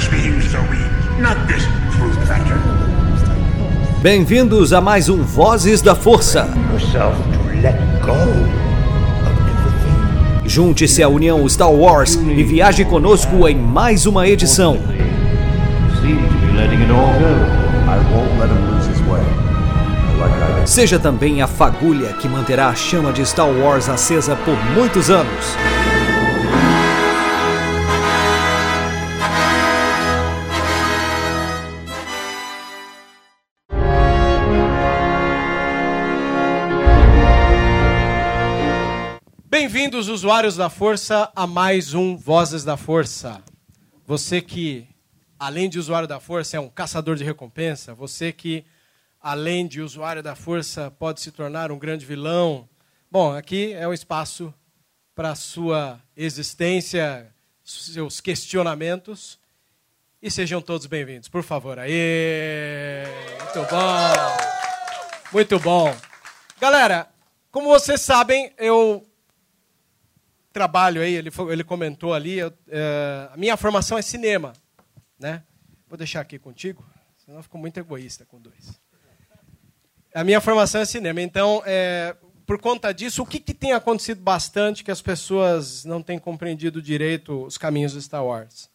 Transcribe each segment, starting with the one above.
Bem-vindos a mais um Vozes da Força. Junte-se à União Star Wars e viaje conosco em mais uma edição. Seja também a fagulha que manterá a chama de Star Wars acesa por muitos anos. Bem-vindos, usuários da Força, a mais um Vozes da Força. Você que, além de usuário da Força, é um caçador de recompensa. Você que, além de usuário da Força, pode se tornar um grande vilão. Bom, aqui é o espaço para a sua existência, seus questionamentos. E sejam todos bem-vindos, por favor. Aê! Muito bom! Muito bom. Galera, como vocês sabem, eu trabalho aí, ele comentou ali, a minha formação é cinema, né? Vou deixar aqui contigo, senão eu fico muito egoísta com dois. A minha formação é cinema, então, por conta disso, o que tem acontecido bastante que as pessoas não têm compreendido direito os caminhos do Star Wars?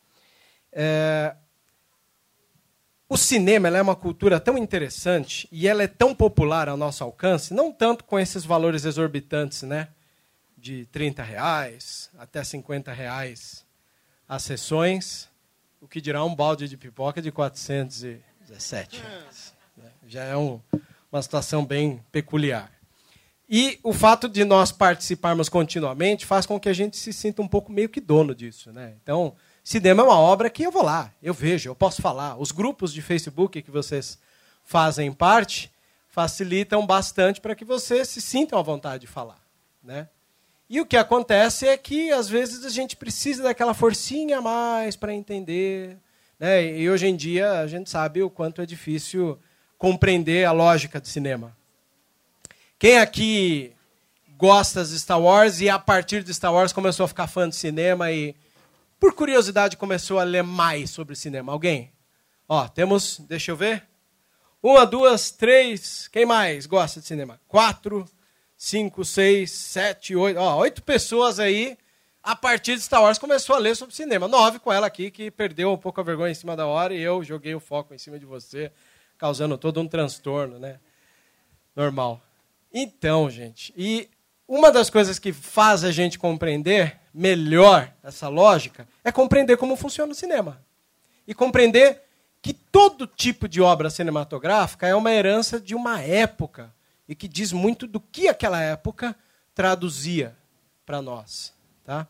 O cinema é uma cultura tão interessante e ela é tão popular ao nosso alcance, não tanto com esses valores exorbitantes, né? De R$30 até R$50 as sessões, o que dirá um balde de pipoca de R$417. Já é uma situação bem peculiar. E o fato de nós participarmos continuamente faz com que a gente se sinta um pouco meio que dono disso, né? Então, cinema é uma obra que eu vou lá, eu vejo, eu posso falar. Os grupos de Facebook que vocês fazem parte facilitam bastante para que vocês se sintam à vontade de falar, né? E o que acontece é que, às vezes, a gente precisa daquela forcinha a mais para entender, né? E hoje em dia a gente sabe o quanto é difícil compreender a lógica do cinema. Quem aqui gosta de Star Wars e, a partir de Star Wars, começou a ficar fã de cinema e, por curiosidade, começou a ler mais sobre cinema? Alguém? Ó, temos, deixa eu ver. 1, 2, 3. Quem mais gosta de cinema? 4, 5, 6, 7, 8. 8 pessoas aí, a partir de Star Wars, começou a ler sobre cinema. 9 com ela aqui, que perdeu um pouco a vergonha em cima da hora, e eu joguei o foco em cima de você, causando todo um transtorno, né? Normal. Então, gente, e uma das coisas que faz a gente compreender melhor essa lógica é compreender como funciona o cinema. E compreender que todo tipo de obra cinematográfica é uma herança de uma época, e que diz muito do que aquela época traduzia para nós. Tá?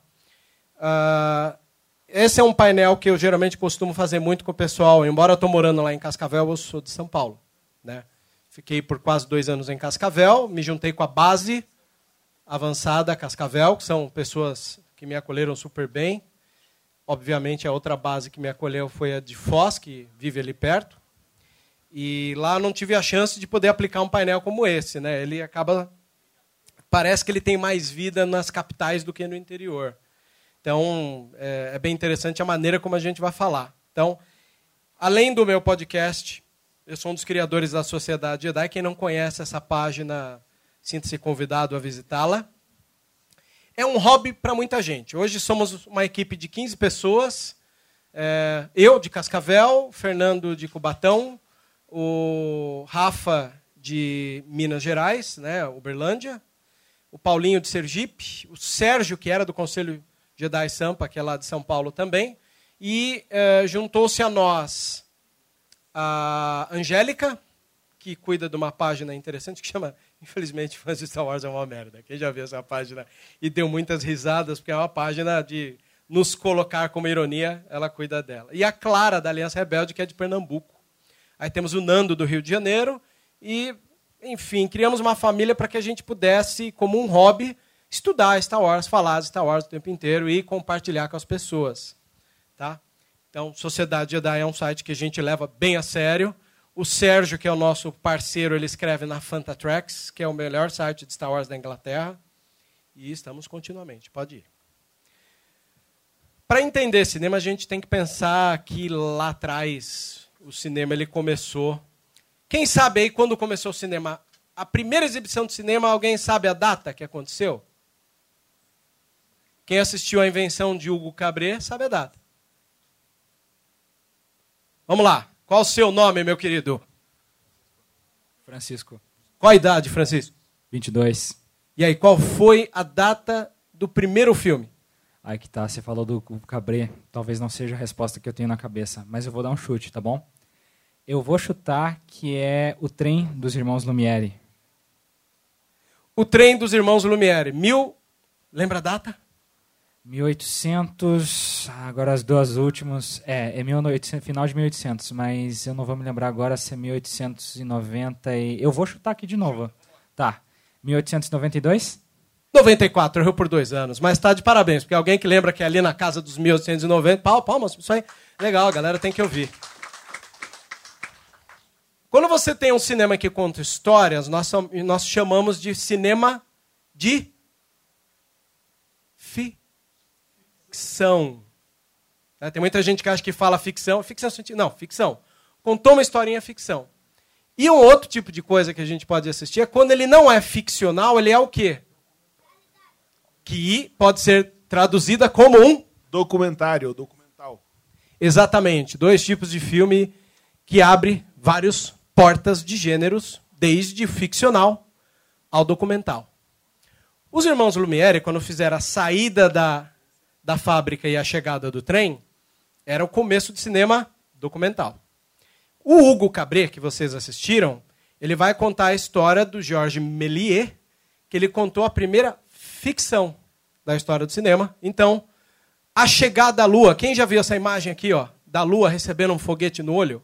Esse é um painel que eu geralmente costumo fazer muito com o pessoal. Embora eu estou morando lá em Cascavel, eu sou de São Paulo, né? Fiquei por quase 2 anos em Cascavel, me juntei com a base avançada Cascavel, que são pessoas que me acolheram super bem. Obviamente, a outra base que me acolheu foi a de Foz, que vive ali perto. E lá não tive a chance de poder aplicar um painel como esse, né? Ele acaba... Parece que ele tem mais vida nas capitais do que no interior. Então, é bem interessante a maneira como a gente vai falar. Então, além do meu podcast, eu sou um dos criadores da Sociedade Jedi. Quem não conhece essa página, sinta-se convidado a visitá-la. É um hobby para muita gente. Hoje somos uma equipe de 15 pessoas. Eu, de Cascavel, Fernando, de Cubatão, o Rafa, de Minas Gerais, né, Uberlândia, o Paulinho, de Sergipe, o Sérgio, que era do Conselho Jedi Sampa, que é lá de São Paulo também, e juntou-se a nós a Angélica, que cuida de uma página interessante, que chama, infelizmente, Fãs de Star Wars é uma merda. Quem já viu essa página e deu muitas risadas, porque é uma página de nos colocar como ironia, ela cuida dela. E a Clara, da Aliança Rebelde, que é de Pernambuco. Aí temos o Nando, do Rio de Janeiro, e, enfim, criamos uma família para que a gente pudesse, como um hobby, estudar Star Wars, falar de Star Wars o tempo inteiro e compartilhar com as pessoas. Tá? Então, Sociedade Jedi é um site que a gente leva bem a sério. O Sérgio, que é o nosso parceiro, ele escreve na Fantatracks, que é o melhor site de Star Wars da Inglaterra. E estamos continuamente. Pode ir. para entender cinema, a gente tem que pensar que lá atrás o cinema ele começou. Quem sabe aí quando começou o cinema? A primeira exibição de cinema, alguém sabe a data que aconteceu? Quem assistiu à invenção de Hugo Cabret sabe a data. Vamos lá. Qual o seu nome, meu querido? Francisco. Qual a idade, Francisco? 22. E aí, qual foi a data do primeiro filme? Aí que tá, você falou do Cabret. Talvez não seja a resposta que eu tenho na cabeça, mas eu vou dar um chute, tá bom? Eu vou chutar que é O Trem dos Irmãos Lumière. O Trem dos Irmãos Lumière. Lembra a data? 1800, agora as duas últimas, é 1800, final de 1800, mas eu não vou me lembrar agora se é 1890 eu vou chutar aqui de novo. Tá, 1892? 94, errou por 2 anos, mas tá de parabéns, porque alguém que lembra que é ali na casa dos 1890, palmas, isso aí, legal, a galera tem que ouvir. Quando você tem um cinema que conta histórias, nós chamamos de cinema de ficção. Tem muita gente que acha que fala ficção. Não, ficção. Contou uma historinha, ficção. E um outro tipo de coisa que a gente pode assistir é quando ele não é ficcional, ele é o quê? Que pode ser traduzida como um... Documentário, documental. Exatamente. 2 tipos de filme que abre várias portas de gêneros, desde ficcional ao documental. Os irmãos Lumière, quando fizeram a saída da fábrica e a chegada do trem, era o começo de cinema documental. O Hugo Cabret, que vocês assistiram, ele vai contar a história do Georges Méliès, que ele contou a primeira ficção da história do cinema. Então, a chegada à Lua. Quem já viu essa imagem aqui, ó, da Lua recebendo um foguete no olho?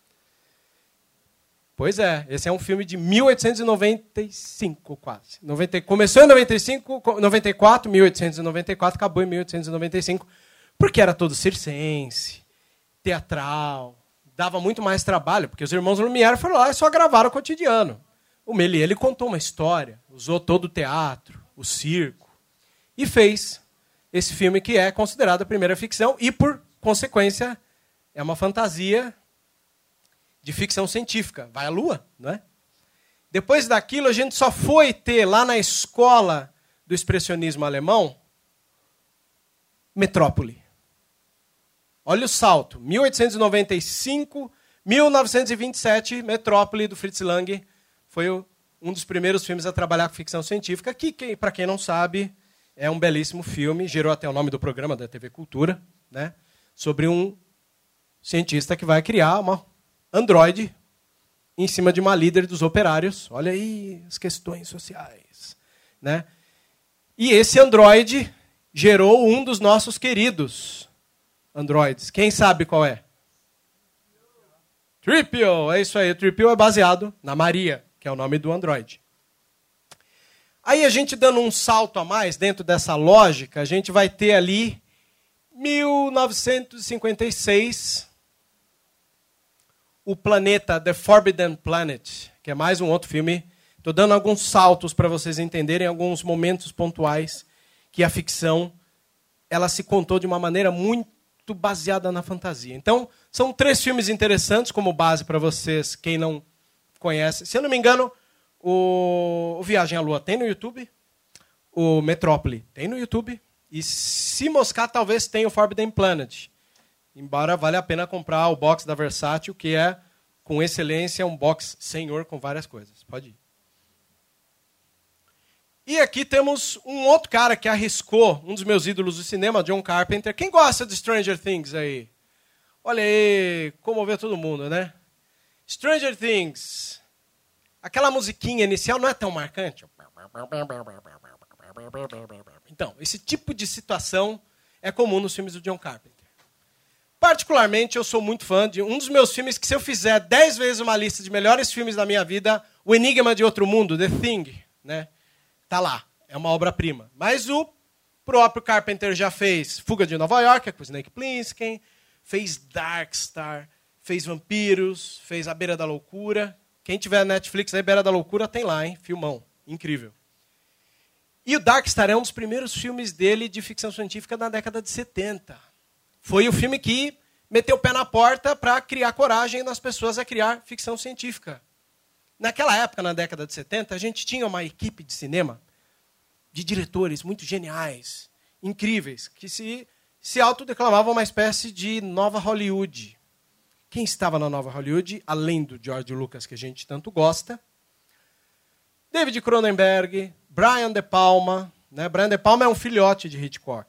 Pois é, esse é um filme de 1895, quase. Começou em 94, 1894, acabou em 1895, porque era todo circense, teatral, dava muito mais trabalho, porque os irmãos Lumière foram lá e só gravaram o cotidiano. O Méliès, ele contou uma história, usou todo o teatro, o circo, e fez esse filme que é considerado a primeira ficção, e, por consequência, é uma fantasia de ficção científica. Vai à Lua, não é? Depois daquilo, a gente só foi ter lá na escola do expressionismo alemão Metrópole. Olha o salto. 1895, 1927, Metrópole, do Fritz Lang, foi um dos primeiros filmes a trabalhar com ficção científica, que, para quem não sabe, é um belíssimo filme, gerou até o nome do programa da TV Cultura, né? Sobre um cientista que vai criar uma androide em cima de uma líder dos operários. Olha aí as questões sociais, né? E esse androide gerou um dos nossos queridos androides. Quem sabe qual é? Tripio, é isso aí. O Tripio é baseado na Maria, que é o nome do androide. Aí a gente dando um salto a mais dentro dessa lógica, a gente vai ter ali 1956... o planeta The Forbidden Planet, que é mais um outro filme. Estou dando alguns saltos para vocês entenderem alguns momentos pontuais que a ficção ela se contou de uma maneira muito baseada na fantasia. Então, são 3 filmes interessantes como base para vocês, quem não conhece. Se eu não me engano, o Viagem à Lua tem no YouTube, o Metrópole tem no YouTube, e se moscar, talvez tenha o Forbidden Planet. Embora valha a pena comprar o box da Versátil, que é, com excelência, um box senhor com várias coisas. Pode ir. E aqui temos um outro cara que arriscou, um dos meus ídolos do cinema, John Carpenter. Quem gosta de Stranger Things aí? Olha aí, comoveu todo mundo, né? Stranger Things. Aquela musiquinha inicial não é tão marcante? Então, esse tipo de situação é comum nos filmes do John Carpenter. Particularmente, eu sou muito fã de um dos meus filmes que, se eu fizer 10 vezes uma lista de melhores filmes da minha vida, O Enigma de Outro Mundo, The Thing, né? Tá lá, é uma obra-prima. Mas o próprio Carpenter já fez Fuga de Nova York, com Snake Plissken, fez Dark Star, fez Vampiros, fez A Beira da Loucura. Quem tiver Netflix aí, Beira da Loucura, tem lá, hein? Filmão, incrível. E o Dark Star é um dos primeiros filmes dele de ficção científica na década de 70. foi o filme que meteu o pé na porta para criar coragem nas pessoas a criar ficção científica. Naquela época, na década de 70, a gente tinha uma equipe de cinema de diretores muito geniais, incríveis, que se autodeclamavam uma espécie de nova Hollywood. Quem estava na nova Hollywood, além do George Lucas, que a gente tanto gosta? David Cronenberg, Brian De Palma. Né? Brian De Palma é um filhote de Hitchcock.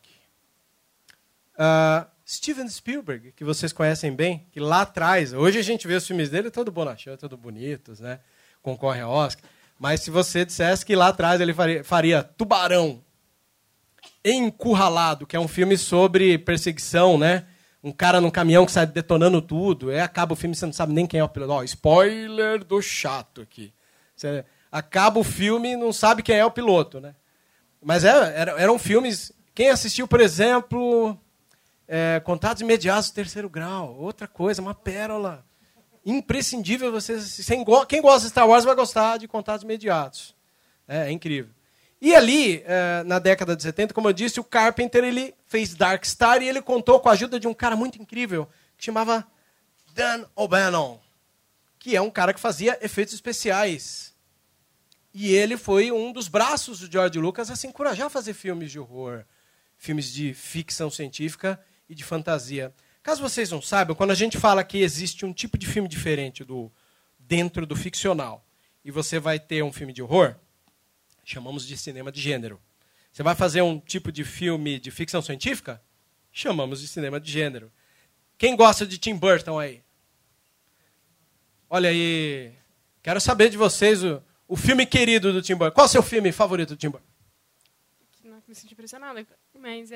Steven Spielberg, que vocês conhecem bem, que lá atrás, hoje a gente vê os filmes dele todo bonachão, todo bonitos, né? Concorre a Oscar. Mas se você dissesse que lá atrás ele faria Tubarão Encurralado, que é um filme sobre perseguição, né? Um cara num caminhão que sai detonando tudo, acaba o filme, você não sabe nem quem é o piloto. Spoiler do chato aqui. Você acaba o filme e não sabe quem é o piloto, né? Mas eram filmes... Quem assistiu, por exemplo, Contatos Imediatos do Terceiro Grau, outra coisa, uma pérola. Imprescindível vocês assistirem. Quem gosta de Star Wars vai gostar de Contatos Imediatos. É incrível. E ali, na década de 70, como eu disse, o Carpenter ele fez Dark Star e ele contou com a ajuda de um cara muito incrível que chamava Dan O'Bannon, que é um cara que fazia efeitos especiais. E ele foi um dos braços do George Lucas a se encorajar a fazer filmes de horror, filmes de ficção científica e de fantasia. Caso vocês não saibam, quando a gente fala que existe um tipo de filme diferente dentro do ficcional, e você vai ter um filme de horror, chamamos de cinema de gênero. Você vai fazer um tipo de filme de ficção científica? Chamamos de cinema de gênero. Quem gosta de Tim Burton aí? Olha aí, quero saber de vocês o filme querido do Tim Burton. Qual é o seu filme favorito do Tim Burton? Não me senti impressionada, mas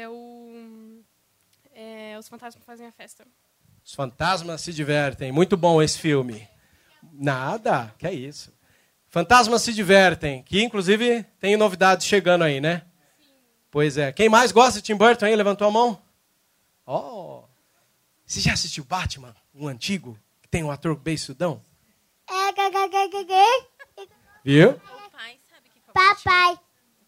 Os Fantasmas Fazem a Festa. Os Fantasmas se Divertem. Muito bom esse filme. Nada, que é isso. Fantasmas se Divertem, que inclusive tem novidades chegando aí, né? Sim. Pois é. Quem mais gosta de Tim Burton aí? Levantou a mão? Oh. Você já assistiu Batman, um antigo, que tem um ator bem sudão? Viu? Papai sabe que Papai.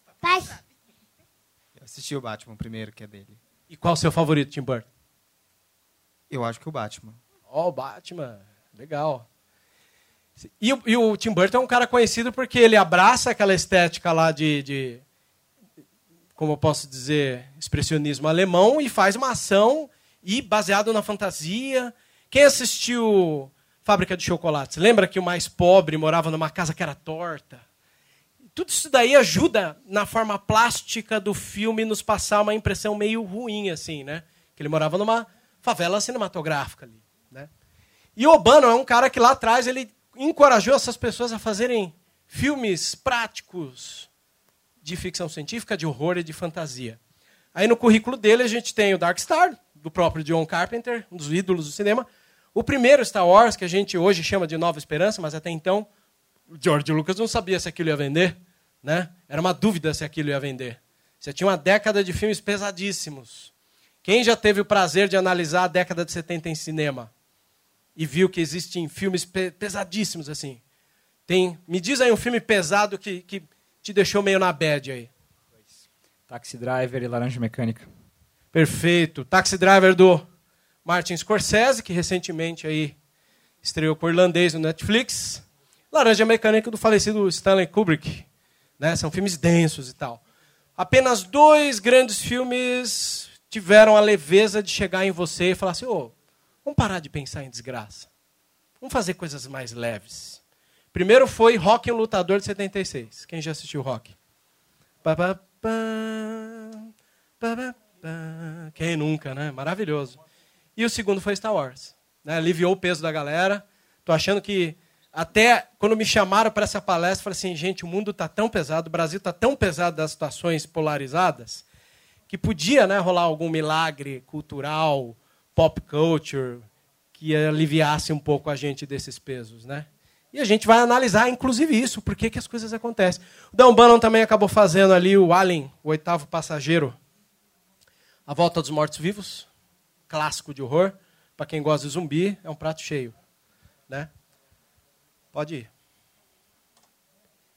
Eu assisti o Batman primeiro, que é dele. E qual o seu favorito, Tim Burton? Eu acho que o Batman. O Batman. Legal. E o Tim Burton é um cara conhecido porque ele abraça aquela estética lá de como eu posso dizer, expressionismo alemão e faz uma ação baseado na fantasia. Quem assistiu Fábrica de Chocolates? Lembra que o mais pobre morava numa casa que era torta? Tudo isso daí ajuda na forma plástica do filme nos passar uma impressão meio ruim, assim, né? Que ele morava numa favela cinematográfica ali, né? E o O'Bannon é um cara que lá atrás ele encorajou essas pessoas a fazerem filmes práticos de ficção científica, de horror e de fantasia. Aí no currículo dele a gente tem o Dark Star, do próprio John Carpenter, um dos ídolos do cinema. O primeiro Star Wars, que a gente hoje chama de Nova Esperança, mas até então o George Lucas não sabia se aquilo ia vender, né? Era uma dúvida se aquilo ia vender. Você tinha uma década de filmes pesadíssimos. Quem já teve o prazer de analisar a década de 70 em cinema e viu que existem filmes pesadíssimos assim? Me diz aí um filme pesado que te deixou meio na bad aí. Taxi Driver e Laranja Mecânica. Perfeito. Taxi Driver do Martin Scorsese, que recentemente aí estreou com o Irlandês no Netflix. Laranja Mecânica do falecido Stanley Kubrick. Né? São filmes densos e tal. Apenas 2 grandes filmes tiveram a leveza de chegar em você e falar assim, vamos parar de pensar em desgraça. Vamos fazer coisas mais leves. Primeiro foi Rocky, um Lutador, de 76. Quem já assistiu Rocky? Quem nunca, né? Maravilhoso. E o segundo foi Star Wars. Né? Aliviou o peso da galera. Estou achando que, até quando me chamaram para essa palestra, falei assim, gente, o mundo está tão pesado, o Brasil está tão pesado das situações polarizadas, que podia, né, rolar algum milagre cultural, pop culture, que aliviasse um pouco a gente desses pesos, né? E a gente vai analisar, inclusive, isso, por que as coisas acontecem. O Dan O'Bannon também acabou fazendo ali o Alien, o Oitavo Passageiro, A Volta dos Mortos-Vivos, clássico de horror. Para quem gosta de zumbi, é um prato cheio. Né? Pode ir.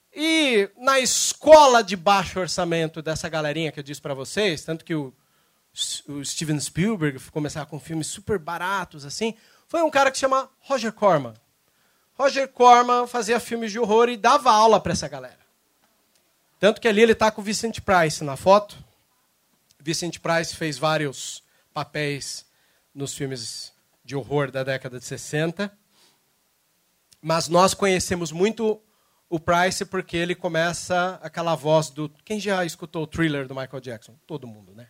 E na escola de baixo orçamento dessa galerinha que eu disse para vocês, tanto que o o Steven Spielberg começar com filmes super baratos, assim, foi um cara que se chama Roger Corman. Roger Corman fazia filmes de horror e dava aula para essa galera. Tanto que ali ele está com o Vincent Price na foto. Vincent Price fez vários papéis nos filmes de horror da década de 60. Mas nós conhecemos muito o Price porque ele começa aquela voz do... Quem já escutou o Thriller do Michael Jackson? Todo mundo, né?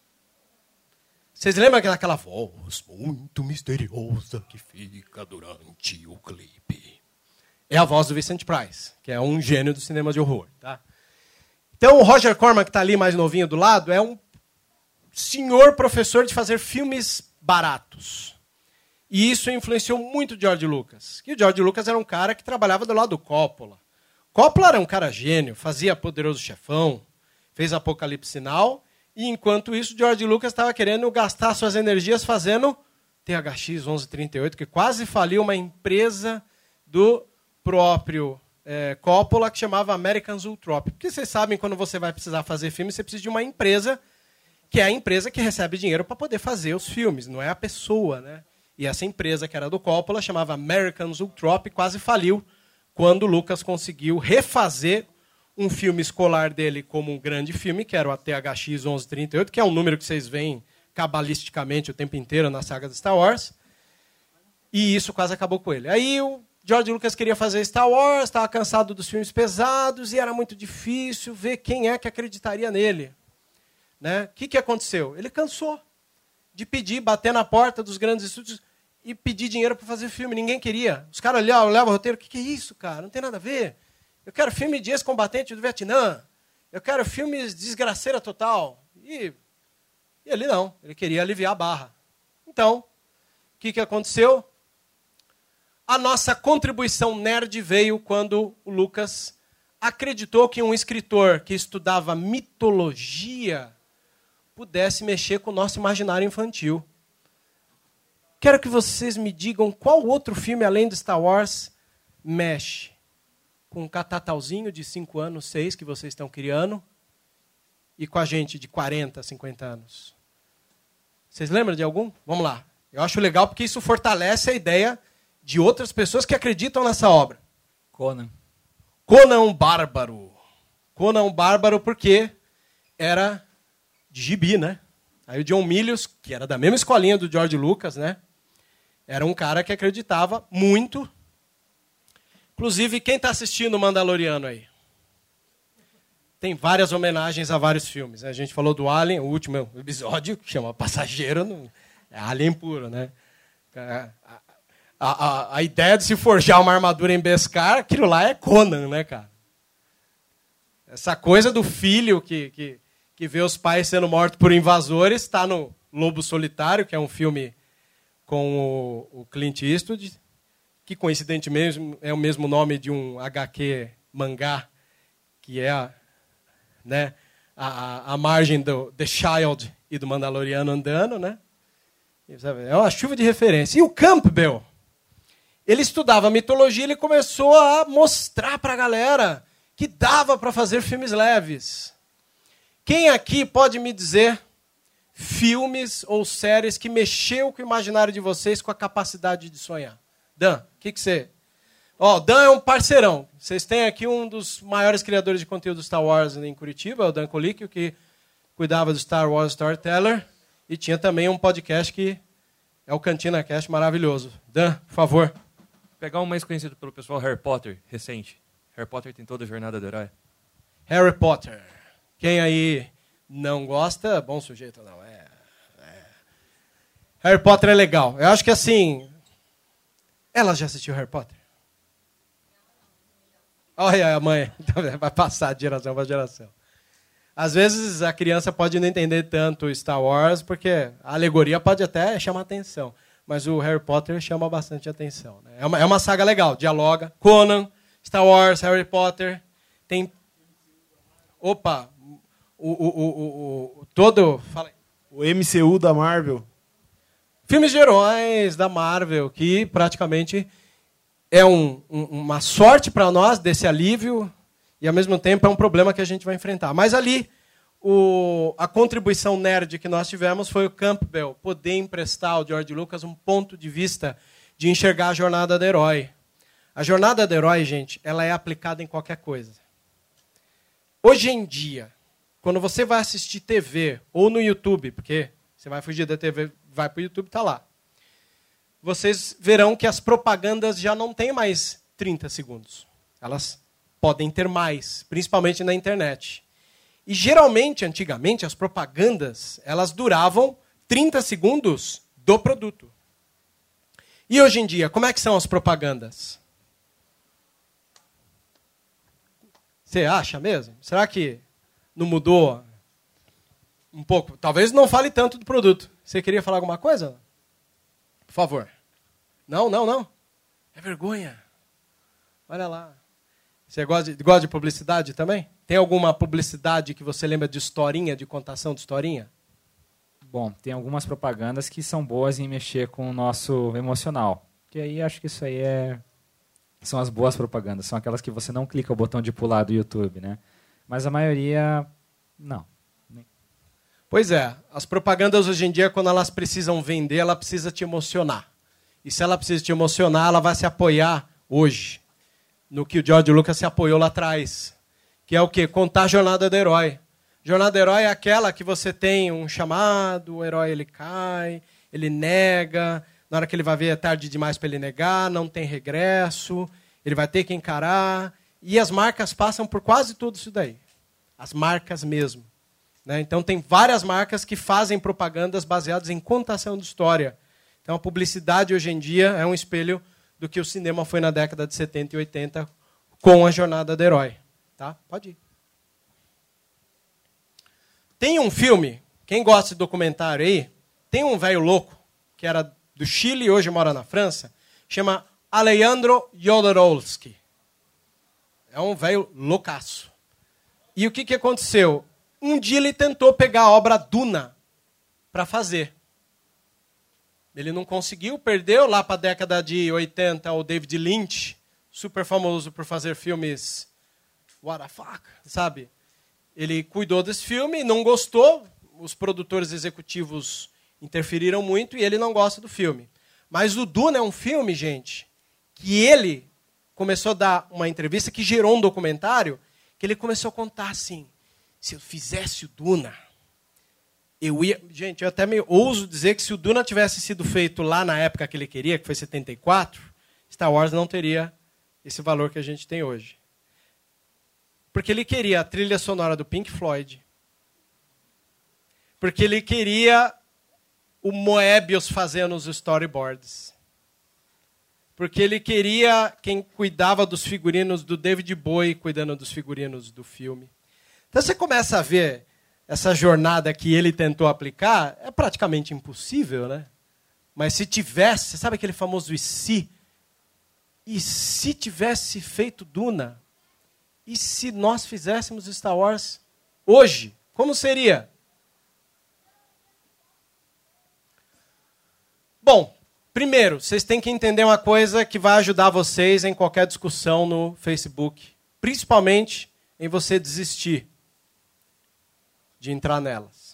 Vocês lembram daquela voz muito misteriosa que fica durante o clipe? É a voz do Vincent Price, que é um gênio do cinema de horror. Tá? Então, o Roger Corman, que está ali mais novinho do lado, é um senhor professor de fazer filmes baratos. E isso influenciou muito o George Lucas. E o George Lucas era um cara que trabalhava do lado do Coppola. Coppola era um cara gênio, fazia Poderoso Chefão, fez Apocalipse Sinal, e enquanto isso, George Lucas estava querendo gastar suas energias fazendo THX 1138, que quase faliu uma empresa do próprio Coppola, que chamava American Zoetrope. Porque vocês sabem, quando você vai precisar fazer filme, você precisa de uma empresa, que é a empresa que recebe dinheiro para poder fazer os filmes, não é a pessoa, né? E essa empresa, que era do Coppola, chamava American Zoetrope, quase faliu quando o Lucas conseguiu refazer um filme escolar dele como um grande filme, que era o THX 1138, que é um número que vocês veem cabalisticamente o tempo inteiro na saga de Star Wars. E isso quase acabou com ele. Aí o George Lucas queria fazer Star Wars, estava cansado dos filmes pesados e era muito difícil ver quem é que acreditaria nele. Né? O que aconteceu? Ele cansou de pedir, bater na porta dos grandes estúdios e pedir dinheiro para fazer filme. Ninguém queria. Os caras olhavam o roteiro. O que é isso, cara? Não tem nada a ver. Eu quero filme de ex-combatente do Vietnã. Eu quero filmes de desgraceira total. E ele não. Ele queria aliviar a barra. Então, o que aconteceu? A nossa contribuição nerd veio quando o Lucas acreditou que um escritor que estudava mitologia pudesse mexer com o nosso imaginário infantil. Quero que vocês me digam qual outro filme, além do Star Wars, mexe com um catatauzinho de 5 anos, 6, que vocês estão criando, e com a gente de 40, 50 anos. Vocês lembram de algum? Vamos lá. Eu acho legal porque isso fortalece a ideia de outras pessoas que acreditam nessa obra. Conan. Conan o Bárbaro. Conan o Bárbaro porque era de gibi, né? Aí o John Milius, que era da mesma escolinha do George Lucas, né? Era um cara que acreditava muito. Inclusive, quem está assistindo o Mandaloriano aí? Tem várias homenagens a vários filmes. A gente falou do Alien, o último episódio, que chama Passageiro, é Alien puro, né? A ideia de se forjar uma armadura em Beskar, aquilo lá é Conan, né, cara? Essa coisa do filho que vê os pais sendo mortos por invasores está no Lobo Solitário, que é um filme com o Clint Eastwood, que coincidentemente é o mesmo nome de um HQ mangá, que é a margem do The Child e do Mandaloriano andando, né? É uma chuva de referência. E o Campbell, ele estudava mitologia, ele começou a mostrar para a galera que dava para fazer filmes leves. Quem aqui pode me dizer filmes ou séries que mexeu com o imaginário de vocês com a capacidade de sonhar? Dan, o que você... Dan é um parceirão. Vocês têm aqui um dos maiores criadores de conteúdo Star Wars em Curitiba, o Dan Colicchio, que cuidava do Star Wars Storyteller, e tinha também um podcast que é o Cantina Cast, maravilhoso. Dan, por favor. Vou pegar um mais conhecido pelo pessoal, Harry Potter, recente. Harry Potter tem toda a jornada do herói. Harry Potter. Quem aí não gosta, bom sujeito não. Harry Potter é legal. Eu acho que assim... Ela já assistiu Harry Potter? Olha a mãe. Vai passar de geração para geração. Às vezes a criança pode não entender tanto Star Wars, porque a alegoria pode até chamar atenção. Mas o Harry Potter chama bastante atenção. Né? É uma saga legal. Dialoga. Conan, Star Wars, Harry Potter. Tem... Opa! Todo... Fala aí. O MCU da Marvel. Filmes de heróis da Marvel, que praticamente é uma sorte para nós desse alívio e, ao mesmo tempo, é um problema que a gente vai enfrentar. Mas ali, a contribuição nerd que nós tivemos foi o Campbell poder emprestar ao George Lucas um ponto de vista de enxergar a jornada do herói. A jornada do herói, gente, ela é aplicada em qualquer coisa. Hoje em dia, quando você vai assistir TV ou no YouTube, porque você vai fugir da TV, vai para o YouTube, está lá. Vocês verão que as propagandas já não têm mais 30 segundos. Elas podem ter mais, principalmente na internet. E geralmente, antigamente, as propagandas, elas duravam 30 segundos do produto. E hoje em dia, como é que são as propagandas? Você acha mesmo? Será que não mudou um pouco? Talvez não fale tanto do produto. Você queria falar alguma coisa? Por favor. Não. É vergonha. Olha lá. Você gosta de publicidade também? Tem alguma publicidade que você lembra de historinha, de contação de historinha? Bom, tem algumas propagandas que são boas em mexer com o nosso emocional. Que aí acho que isso aí são as boas propagandas. São aquelas que você não clica o botão de pular do YouTube, né? Mas a maioria, não. Pois é. As propagandas hoje em dia, quando elas precisam vender, ela precisa te emocionar. E se ela precisa te emocionar, ela vai se apoiar hoje no que o George Lucas se apoiou lá atrás. Que é o quê? Contar a jornada do herói. Jornada do herói é aquela que você tem um chamado, o herói ele cai, ele nega, na hora que ele vai ver é tarde demais para ele negar, não tem regresso, ele vai ter que encarar. E as marcas passam por quase tudo isso daí. As marcas mesmo. Né? Então tem várias marcas que fazem propagandas baseadas em contação de história. Então a publicidade hoje em dia é um espelho do que o cinema foi na década de 70 e 80 com a jornada do herói. Tá? Pode ir. Tem um filme, quem gosta de documentário aí, tem um velho louco, que era do Chile e hoje mora na França, chama Alejandro Jodorowsky. É um velho loucaço. E o que aconteceu? Um dia ele tentou pegar a obra Duna para fazer. Ele não conseguiu, perdeu lá para a década de 80 o David Lynch, super famoso por fazer filmes what the fuck, sabe? Ele cuidou desse filme, não gostou, os produtores executivos interferiram muito e ele não gosta do filme. Mas o Duna é um filme, gente, que ele começou a dar uma entrevista que gerou um documentário, que ele começou a contar assim, se eu fizesse o Duna, eu ia... Gente, eu até me ouso dizer que se o Duna tivesse sido feito lá na época que ele queria, que foi 74, Star Wars não teria esse valor que a gente tem hoje. Porque ele queria a trilha sonora do Pink Floyd. Porque ele queria o Moebius fazendo os storyboards. Porque ele queria quem cuidava dos figurinos do David Bowie cuidando dos figurinos do filme. Então você começa a ver essa jornada que ele tentou aplicar, é praticamente impossível, né? Mas se tivesse, sabe aquele famoso e se? E se tivesse feito Duna? E se nós fizéssemos Star Wars hoje? Como seria? Bom, primeiro, vocês têm que entender uma coisa que vai ajudar vocês em qualquer discussão no Facebook. Principalmente em você desistir de entrar nelas.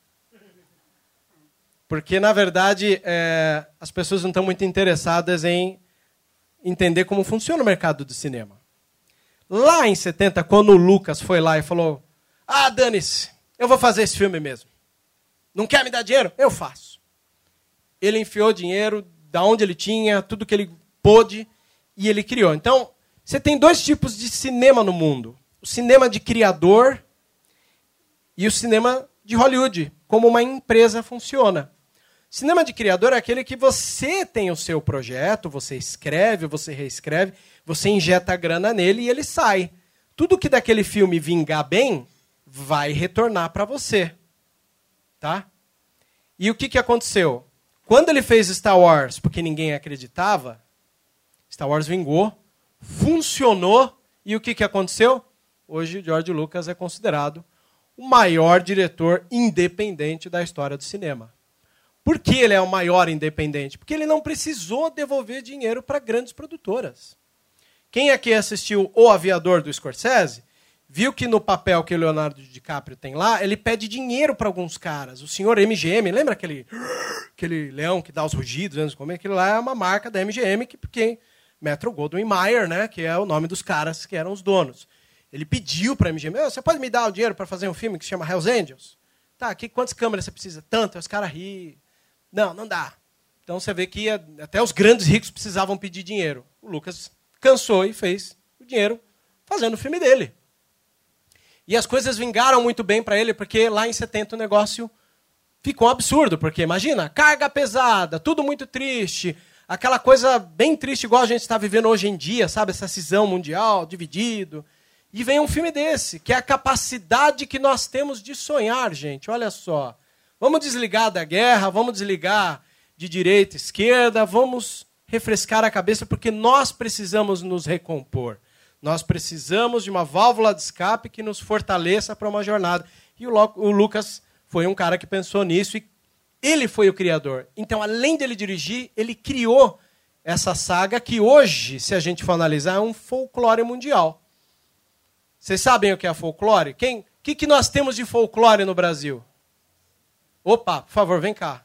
Porque, na verdade, as pessoas não estão muito interessadas em entender como funciona o mercado do cinema. Lá em 70, quando o Lucas foi lá e falou, dane-se, eu vou fazer esse filme mesmo. Não quer me dar dinheiro? Eu faço. Ele enfiou dinheiro da onde ele tinha, tudo que ele pôde, e ele criou. Então, você tem dois tipos de cinema no mundo. O cinema de criador e o cinema de Hollywood, como uma empresa funciona. Cinema de criador é aquele que você tem o seu projeto, você escreve, você reescreve, você injeta a grana nele e ele sai. Tudo que daquele filme vingar bem, vai retornar para você. Tá? E o que aconteceu? Quando ele fez Star Wars, porque ninguém acreditava, Star Wars vingou, funcionou, e o que aconteceu? Hoje, George Lucas é considerado o maior diretor independente da história do cinema. Por que ele é o maior independente? Porque ele não precisou devolver dinheiro para grandes produtoras. Quem aqui assistiu O Aviador, do Scorsese, viu que no papel que o Leonardo DiCaprio tem lá, ele pede dinheiro para alguns caras. O senhor MGM, lembra aquele leão que dá os rugidos antes de comer? Aquilo lá é uma marca da MGM, porque Metro-Goldwyn-Mayer, né, que é o nome dos caras que eram os donos. Ele pediu para a MGM, você pode me dar o dinheiro para fazer um filme que se chama Hells Angels? Tá, quantas câmeras você precisa? Tanto. Aí os caras riem. Não dá. Então você vê que até os grandes ricos precisavam pedir dinheiro. O Lucas cansou e fez o dinheiro fazendo o filme dele. E as coisas vingaram muito bem para ele, porque lá em 70 o negócio ficou um absurdo. Porque imagina, carga pesada, tudo muito triste, aquela coisa bem triste igual a gente está vivendo hoje em dia, sabe? Essa cisão mundial, dividido. E vem um filme desse, que é a capacidade que nós temos de sonhar, gente. Olha só. Vamos desligar da guerra, vamos desligar de direita e esquerda, vamos refrescar a cabeça, porque nós precisamos nos recompor. Nós precisamos de uma válvula de escape que nos fortaleça para uma jornada. E o Lucas foi um cara que pensou nisso e ele foi o criador. Então, além dele dirigir, ele criou essa saga que hoje, se a gente for analisar, é um folclore mundial. Vocês sabem o que é folclore? O que nós temos de folclore no Brasil? Opa, por favor, vem cá.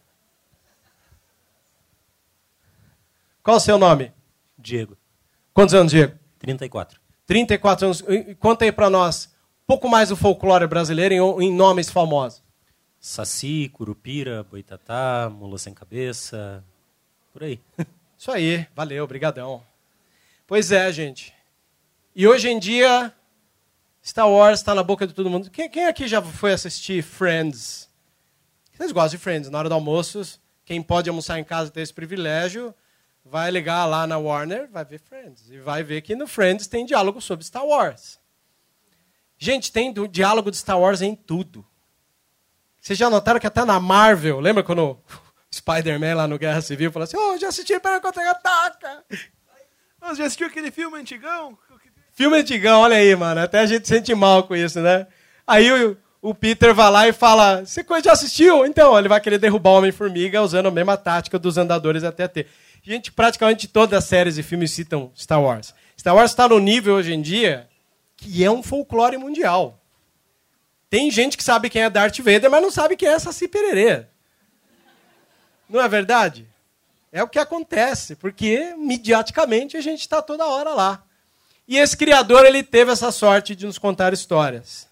Qual o seu nome? Diego. Quantos anos, Diego? 34. 34 anos. Conta aí para nós um pouco mais do folclore brasileiro em nomes famosos. Saci, Curupira, Boitatá, Mula Sem Cabeça, por aí. Isso aí, valeu, brigadão. Pois é, gente. E hoje em dia, Star Wars está na boca de todo mundo. Quem aqui já foi assistir Friends? Vocês gostam de Friends? Na hora do almoço, quem pode almoçar em casa e ter esse privilégio, vai ligar lá na Warner, vai ver Friends. E vai ver que no Friends tem diálogo sobre Star Wars. Gente, tem diálogo de Star Wars em tudo. Vocês já notaram que até na Marvel, lembra quando o Spider-Man lá no Guerra Civil falou assim, já assisti para Contra-Ataca. Já assistiu aquele filme antigão? Filme antigão, olha aí, mano. Até a gente se sente mal com isso, né? Aí o Peter vai lá e fala, você já assistiu? Então, ele vai querer derrubar o Homem-Formiga usando a mesma tática dos andadores até ter. Gente, praticamente todas as séries e filmes citam Star Wars. Star Wars está no nível, hoje em dia, que é um folclore mundial. Tem gente que sabe quem é Darth Vader, mas não sabe quem é Saci Pererê. Não é verdade? É o que acontece, porque, midiaticamente, a gente está toda hora lá. E esse criador, ele teve essa sorte de nos contar histórias.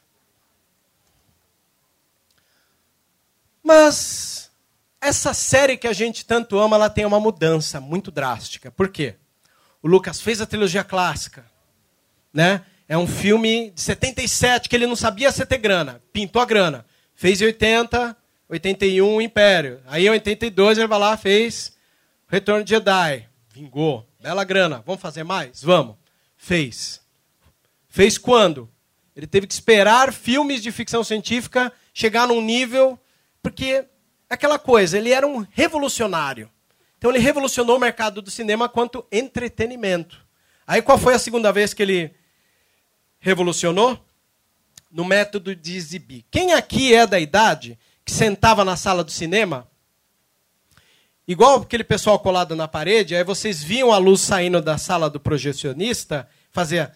Mas essa série que a gente tanto ama, ela tem uma mudança muito drástica. Por quê? O Lucas fez a trilogia clássica, né? É um filme de 77 que ele não sabia se ter grana. Pintou a grana. Fez em 80, 81 o Império. Aí em 82 ele vai lá, fez Retorno de Jedi. Vingou. Bela grana. Vamos fazer mais? Vamos. Fez. Fez quando? Ele teve que esperar filmes de ficção científica chegar num nível... Porque aquela coisa, ele era um revolucionário. Então ele revolucionou o mercado do cinema quanto entretenimento. Aí qual foi a segunda vez que ele revolucionou? No método de exibir. Quem aqui é da idade que sentava na sala do cinema, igual aquele pessoal colado na parede, aí vocês viam a luz saindo da sala do projecionista, fazia...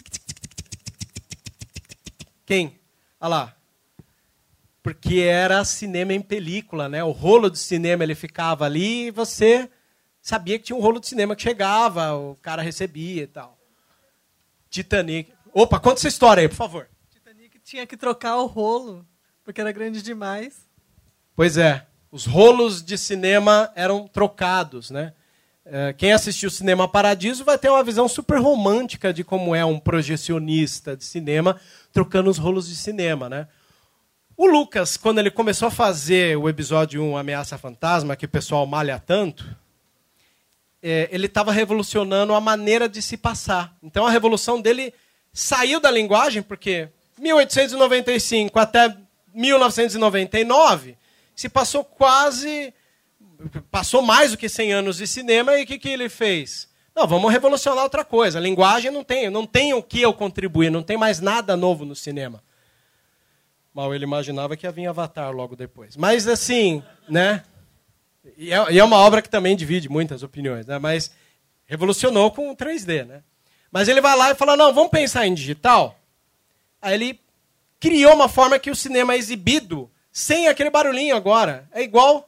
Quem? Olha lá. Porque era cinema em película, né? O rolo de cinema ele ficava ali e você sabia que tinha um rolo de cinema que chegava, o cara recebia e tal. Titanic. Opa, conta essa história aí, por favor. Titanic tinha que trocar o rolo, porque era grande demais. Pois é. Os rolos de cinema eram trocados, né? Quem assistiu Cinema Paradiso vai ter uma visão super romântica de como é um projecionista de cinema trocando os rolos de cinema, né? O Lucas, quando ele começou a fazer o episódio 1, Ameaça Fantasma, que o pessoal malha tanto, ele estava revolucionando a maneira de se passar. Então a revolução dele saiu da linguagem, porque 1895 até 1999 se passou passou mais do que 100 anos de cinema, e o que ele fez? Não, vamos revolucionar outra coisa. A linguagem não tem o que eu contribuir, não tem mais nada novo no cinema. Mal ele imaginava que ia vir Avatar logo depois. Mas assim, né? E é uma obra que também divide muitas opiniões, né? Mas revolucionou com o 3D, né? Mas ele vai lá e fala, não, vamos pensar em digital. Aí ele criou uma forma que o cinema é exibido sem aquele barulhinho agora. É igual...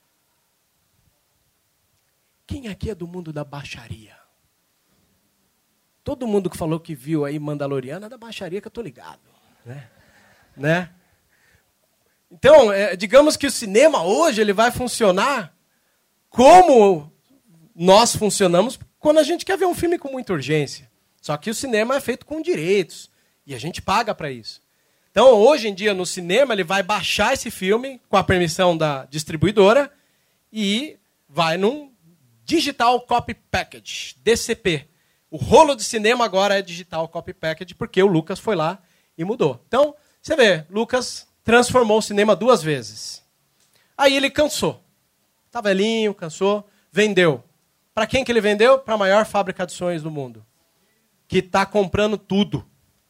Quem aqui é do mundo da baixaria? Todo mundo que falou que viu aí Mandaloriano é da baixaria que eu tô ligado. Né? Então, digamos que o cinema hoje ele vai funcionar como nós funcionamos quando a gente quer ver um filme com muita urgência. Só que o cinema é feito com direitos e a gente paga para isso. Então, hoje em dia, no cinema, ele vai baixar esse filme com a permissão da distribuidora e vai num Digital Copy Package, DCP. O rolo de cinema agora é Digital Copy Package porque o Lucas foi lá e mudou. Então, você vê, Lucas transformou o cinema 2 vezes. Aí ele cansou. Tá velhinho, cansou, vendeu. Para quem que ele vendeu? Para a maior fábrica de sonhos do mundo, que está comprando tudo.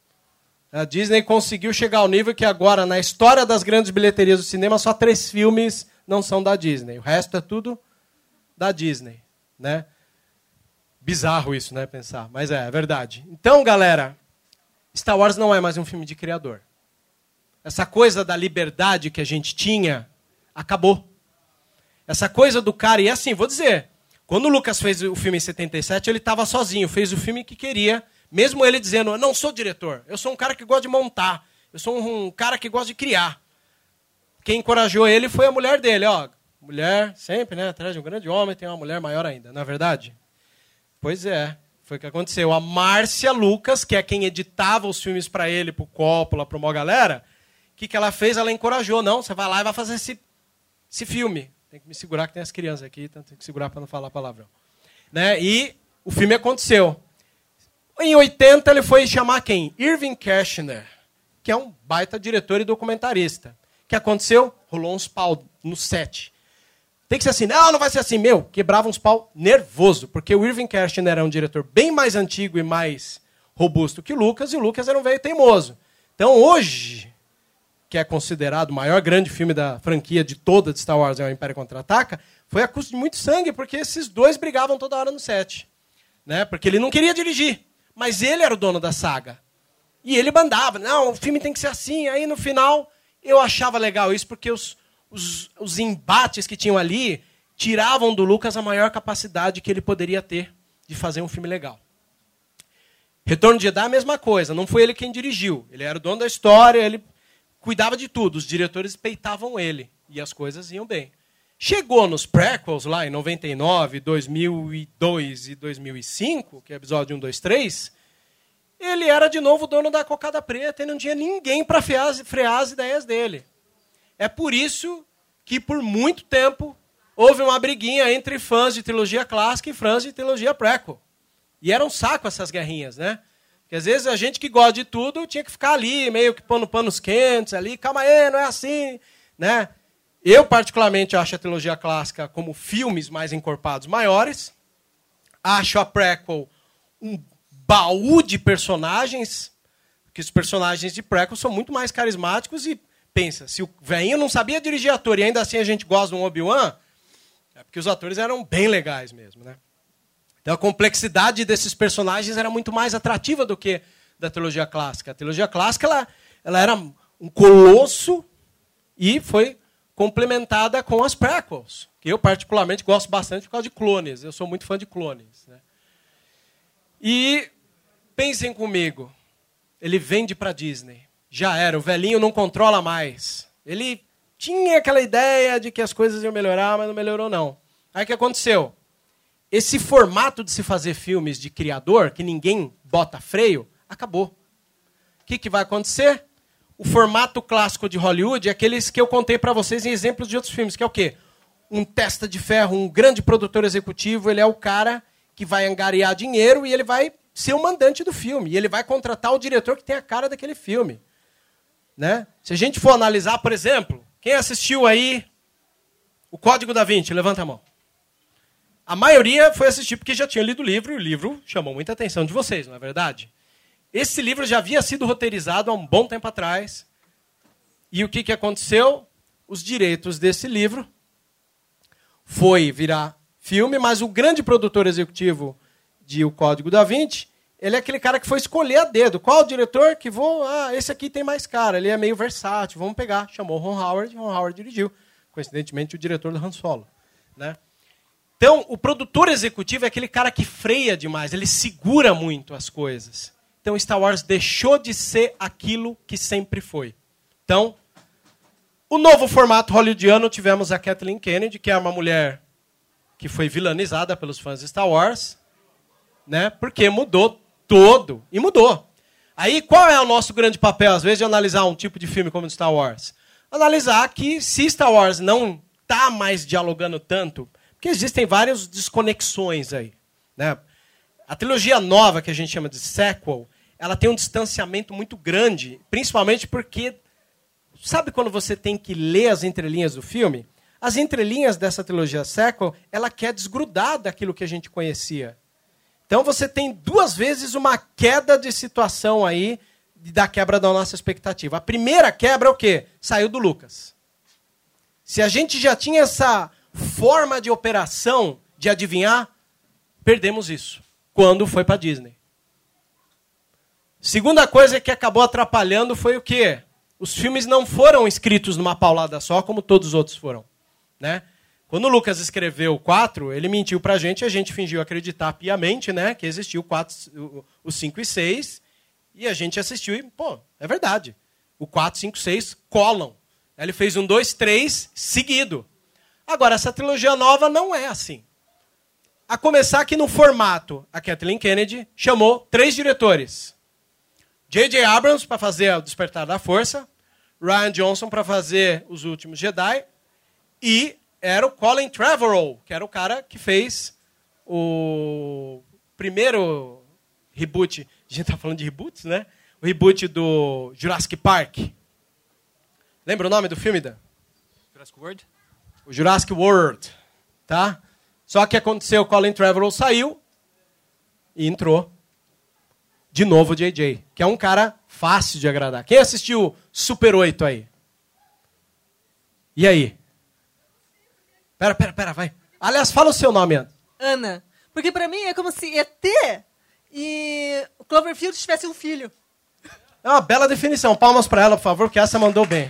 A Disney conseguiu chegar ao nível que agora, na história das grandes bilheterias do cinema, só 3 filmes não são da Disney. O resto é tudo da Disney. Né? Bizarro isso, né? Pensar. Mas é verdade. Então, galera, Star Wars não é mais um filme de criador. Essa coisa da liberdade que a gente tinha, acabou. Essa coisa do cara... E assim, vou dizer, quando o Lucas fez o filme em 77, ele estava sozinho, fez o filme que queria, mesmo ele dizendo, eu não sou diretor, eu sou um cara que gosta de montar, eu sou um cara que gosta de criar. Quem encorajou ele foi a mulher dele. Ó, mulher, sempre, né? Atrás de um grande homem tem uma mulher maior ainda, não é verdade? Pois é, foi o que aconteceu. A Márcia Lucas, que é quem editava os filmes para ele, para o Coppola, para uma galera, o que ela fez? Ela encorajou. Não, você vai lá e vai fazer esse filme. Tem que me segurar que tem as crianças aqui, então tem que segurar para não falar palavrão. Né? E o filme aconteceu. Em 80 ele foi chamar quem? Irving Kershner, que é um baita diretor e documentarista. O que aconteceu? Rolou uns pau no set. Tem que ser assim. Não vai ser assim. Quebrava uns pau nervoso, porque o Irving Kershner era um diretor bem mais antigo e mais robusto que o Lucas, e o Lucas era um velho teimoso. Então, hoje, que é considerado o maior grande filme da franquia de toda de Star Wars, é o Império Contra-Ataca, foi a custo de muito sangue, porque esses dois brigavam toda hora no set. Né? Porque ele não queria dirigir, mas ele era o dono da saga. E ele mandava. Não, o filme tem que ser assim. Aí, no final, eu achava legal isso, porque os embates que tinham ali tiravam do Lucas a maior capacidade que ele poderia ter de fazer um filme legal. Retorno de Jedi é a mesma coisa. Não foi ele quem dirigiu. Ele era o dono da história, ele cuidava de tudo. Os diretores peitavam ele. E as coisas iam bem. Chegou nos prequels, lá em 99, 2002 e 2005, que é episódio 1, 2, 3, ele era de novo o dono da cocada preta e não tinha ninguém para frear as ideias dele. É por isso que, por muito tempo, houve uma briguinha entre fãs de trilogia clássica e fãs de trilogia prequel. E era um saco essas guerrinhas, né? Porque às vezes a gente que gosta de tudo tinha que ficar ali, meio que pondo panos quentes ali. Calma aí, não é assim, né? Eu, particularmente, acho a trilogia clássica como filmes mais encorpados maiores. Acho a prequel um baú de personagens, porque os personagens de prequel são muito mais carismáticos e, pensa, se o velhinho não sabia dirigir ator e ainda assim a gente gosta de um Obi-Wan, é porque os atores eram bem legais mesmo, né? Então a complexidade desses personagens era muito mais atrativa do que da trilogia clássica. A trilogia clássica ela era um colosso e foi complementada com as prequels, que eu particularmente gosto bastante por causa de clones. Eu sou muito fã de clones. Né? E pensem comigo, ele vende para a Disney. Já era, o velhinho não controla mais. Ele tinha aquela ideia de que as coisas iam melhorar, mas não melhorou não. Aí o que aconteceu? Esse formato de se fazer filmes de criador, que ninguém bota freio, acabou. O que vai acontecer? O formato clássico de Hollywood é aqueles que eu contei para vocês em exemplos de outros filmes, que é o quê? Um testa de ferro, um grande produtor executivo, ele é o cara que vai angariar dinheiro e ele vai ser o mandante do filme. E ele vai contratar o diretor que tem a cara daquele filme. Né? Se a gente for analisar, por exemplo, quem assistiu aí o Código da Vinci? Levanta a mão. A maioria foi assistir porque já tinha lido o livro, e o livro chamou muita atenção de vocês, não é verdade? Esse livro já havia sido roteirizado há um bom tempo atrás. E o que aconteceu? Os direitos desse livro foi virar filme, mas o grande produtor executivo de O Código da Vinci, ele é aquele cara que foi escolher a dedo. Qual o diretor que vou... Ah, esse aqui tem mais cara, ele é meio versátil, vamos pegar. Chamou Ron Howard dirigiu. Coincidentemente, o diretor do Han Solo. Né? Então, o produtor executivo é aquele cara que freia demais, ele segura muito as coisas. Então, Star Wars deixou de ser aquilo que sempre foi. Então, o novo formato hollywoodiano, tivemos a Kathleen Kennedy, que é uma mulher que foi vilanizada pelos fãs de Star Wars, né? Porque mudou todo, e mudou. Aí, qual é o nosso grande papel, às vezes, de analisar um tipo de filme como Star Wars? Analisar que, se Star Wars não está mais dialogando tanto, porque existem várias desconexões aí, né? A trilogia nova, que a gente chama de sequel, ela tem um distanciamento muito grande, principalmente porque, sabe quando você tem que ler as entrelinhas do filme? As entrelinhas dessa trilogia sequel, ela quer desgrudar daquilo que a gente conhecia. Então você tem 2 vezes uma queda de situação aí, da quebra da nossa expectativa. A primeira quebra é o quê? Saiu do Lucas. Se a gente já tinha essa forma de operação, de adivinhar, perdemos isso. Quando foi para a Disney. Segunda coisa que acabou atrapalhando foi o quê? Os filmes não foram escritos numa paulada só, como todos os outros foram. Né? Quando o Lucas escreveu o 4, ele mentiu pra gente e a gente fingiu acreditar piamente, né, que existiu o 5 e 6, e a gente assistiu e, pô, é verdade. O 4, 5, 6 colam. Ele fez 1, 2, 3 seguido. Agora, essa trilogia nova não é assim. A começar que no formato, a Kathleen Kennedy chamou 3 diretores. J.J. Abrams para fazer O Despertar da Força, Rian Johnson para fazer Os Últimos Jedi, e era o Colin Trevorrow, que era o cara que fez o primeiro reboot. A gente está falando de reboots, né? O reboot do Jurassic Park. Lembra o nome do filme, Dan? Jurassic World? O Jurassic World. Tá? Só que aconteceu, o Colin Trevorrow saiu e entrou de novo o J.J., que é um cara fácil de agradar. Quem assistiu Super 8 aí? E aí? Pera, vai. Aliás, fala o seu nome, Ana. Ana. Porque pra mim é como se ET e o Cloverfield tivesse um filho. É uma bela definição. Palmas pra ela, por favor, que essa mandou bem.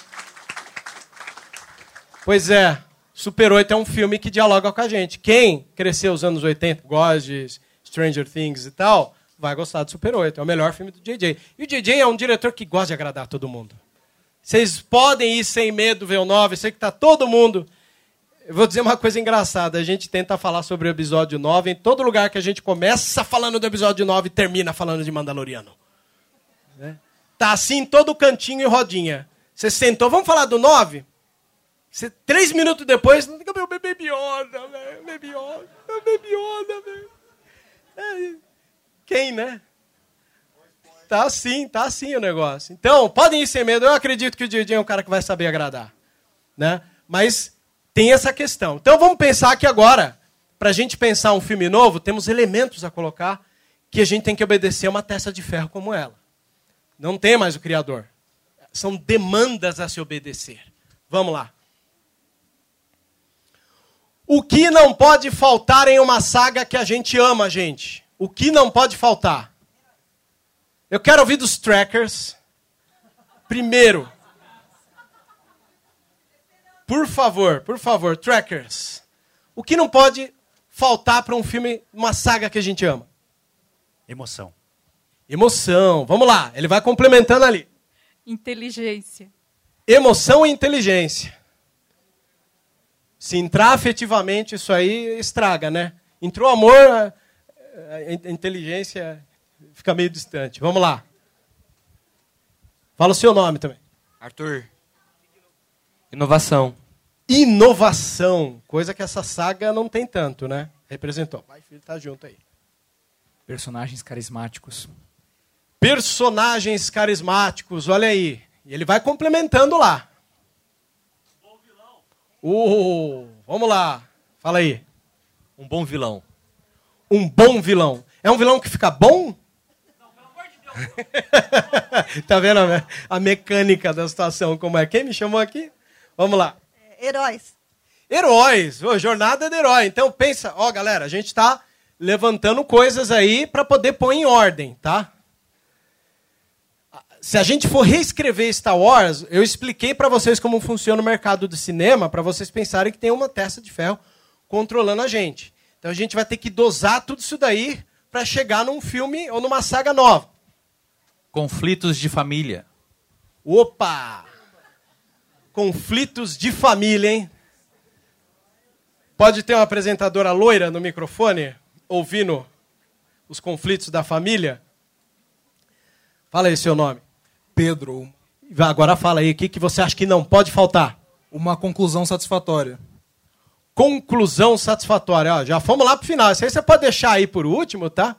Pois é, Super 8 é um filme que dialoga com a gente. Quem cresceu os anos 80, gosta de Stranger Things e tal, vai gostar de Super 8. É o melhor filme do J.J. E o J.J. é um diretor que gosta de agradar todo mundo. Vocês podem ir sem medo ver o 9, eu sei que tá todo mundo... Eu vou dizer uma coisa engraçada. A gente tenta falar sobre o episódio 9. Em todo lugar que a gente começa falando do episódio 9, termina falando de Mandaloriano. Né? Tá assim, todo cantinho e rodinha. Você sentou, vamos falar do 9? 3 minutos depois, meu Baby Yoda, velho. Baby Yoda, velho. Quem, né? Tá assim o negócio. Então, podem ir sem medo. Eu acredito que o Didi é um cara que vai saber agradar. Né? Mas... tem essa questão. Então vamos pensar que agora, para a gente pensar um filme novo, temos elementos a colocar que a gente tem que obedecer a uma testa de ferro como ela. Não tem mais o criador. São demandas a se obedecer. Vamos lá. O que não pode faltar em uma saga que a gente ama, gente? O que não pode faltar? Eu quero ouvir dos trackers. Primeiro... Por favor, trackers. O que não pode faltar para um filme, uma saga que a gente ama? Emoção. Emoção. Vamos lá, ele vai complementando ali. Inteligência. Emoção e inteligência. Se entrar afetivamente, isso aí estraga, né? Entrou amor, a inteligência fica meio distante. Vamos lá. Fala o seu nome também. Arthur. Inovação. Inovação. Coisa que essa saga não tem tanto, né? Representou. Pai e filho tá junto aí. Personagens carismáticos. Personagens carismáticos, olha aí. E ele vai complementando lá. Vamos lá. Fala aí. Um bom vilão. Um bom vilão. É um vilão que fica bom? Não, pelo amor de Deus. Tá vendo a mecânica da situação como é? Quem me chamou aqui? Vamos lá. Heróis. Heróis. Jornada do herói. Então pensa, galera, a gente está levantando coisas aí para poder pôr em ordem, tá? Se a gente for reescrever Star Wars, eu expliquei para vocês como funciona o mercado do cinema, para vocês pensarem que tem uma testa de ferro controlando a gente. Então a gente vai ter que dosar tudo isso daí para chegar num filme ou numa saga nova. Conflitos de família. Opa! Conflitos de família, hein? Pode ter uma apresentadora loira no microfone, ouvindo os conflitos da família? Fala aí seu nome. Pedro. Agora fala aí, o que você acha que não pode faltar? Uma conclusão satisfatória. Conclusão satisfatória. Ó, já fomos lá pro final. Isso aí você pode deixar aí por último, tá?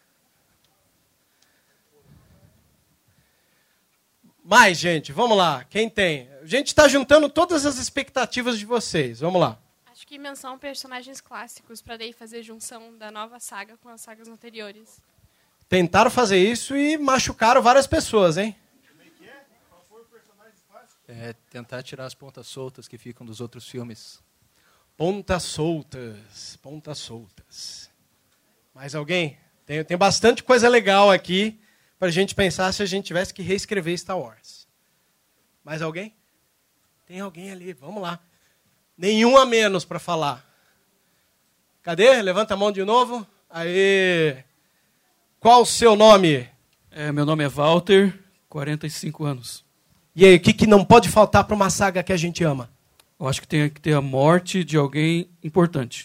Mais, gente, vamos lá. Quem tem? A gente está juntando todas as expectativas de vocês. Vamos lá. Acho que menção personagens clássicos, para daí fazer junção da nova saga com as sagas anteriores. Tentaram fazer isso e machucaram várias pessoas, hein? Tentar tirar as pontas soltas que ficam dos outros filmes. Pontas soltas, pontas soltas. Mais alguém? Tem bastante coisa legal aqui para a gente pensar se a gente tivesse que reescrever Star Wars. Mais alguém? Tem alguém ali, vamos lá. Nenhum a menos para falar. Cadê? Levanta a mão de novo. Aê! Qual o seu nome? Meu nome é Walter, 45 anos. E aí, o que não pode faltar para uma saga que a gente ama? Eu acho que tem que ter a morte de alguém importante.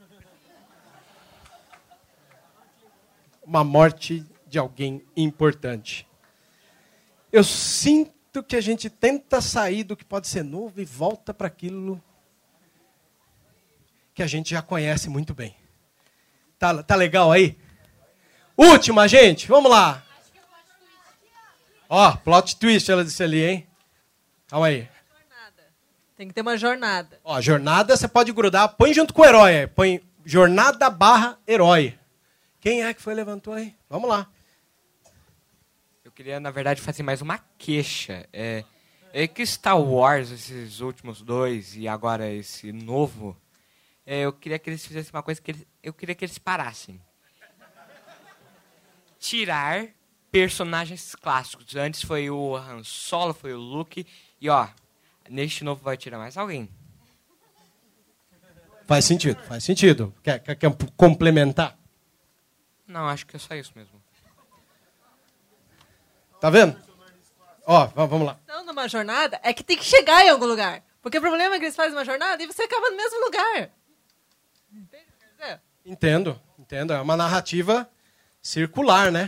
Uma morte de alguém importante. Eu sinto que a gente tenta sair do que pode ser novo e volta para aquilo que a gente já conhece muito bem. Tá legal aí? Última, gente, vamos lá. Ó, plot twist, ela disse ali, hein? Calma aí. Tem que ter uma jornada. Ó, jornada você pode grudar, põe junto com o herói aí. Põe jornada/herói. Quem é que foi levantou aí? Vamos lá. Eu queria, na verdade, fazer mais uma queixa. É que Star Wars, esses últimos dois e agora esse novo, eu queria que eles fizessem uma coisa que eu queria que eles parassem. Tirar personagens clássicos. Antes foi o Han Solo, foi o Luke. E, ó, neste novo vai tirar mais alguém. Faz sentido, faz sentido. Quer complementar? Não, acho que é só isso mesmo. Tá vendo? Ó, vamos lá. Então, numa jornada, é que tem que chegar em algum lugar. Porque o problema é que eles fazem uma jornada e você acaba no mesmo lugar. Entendo. É uma narrativa circular, né?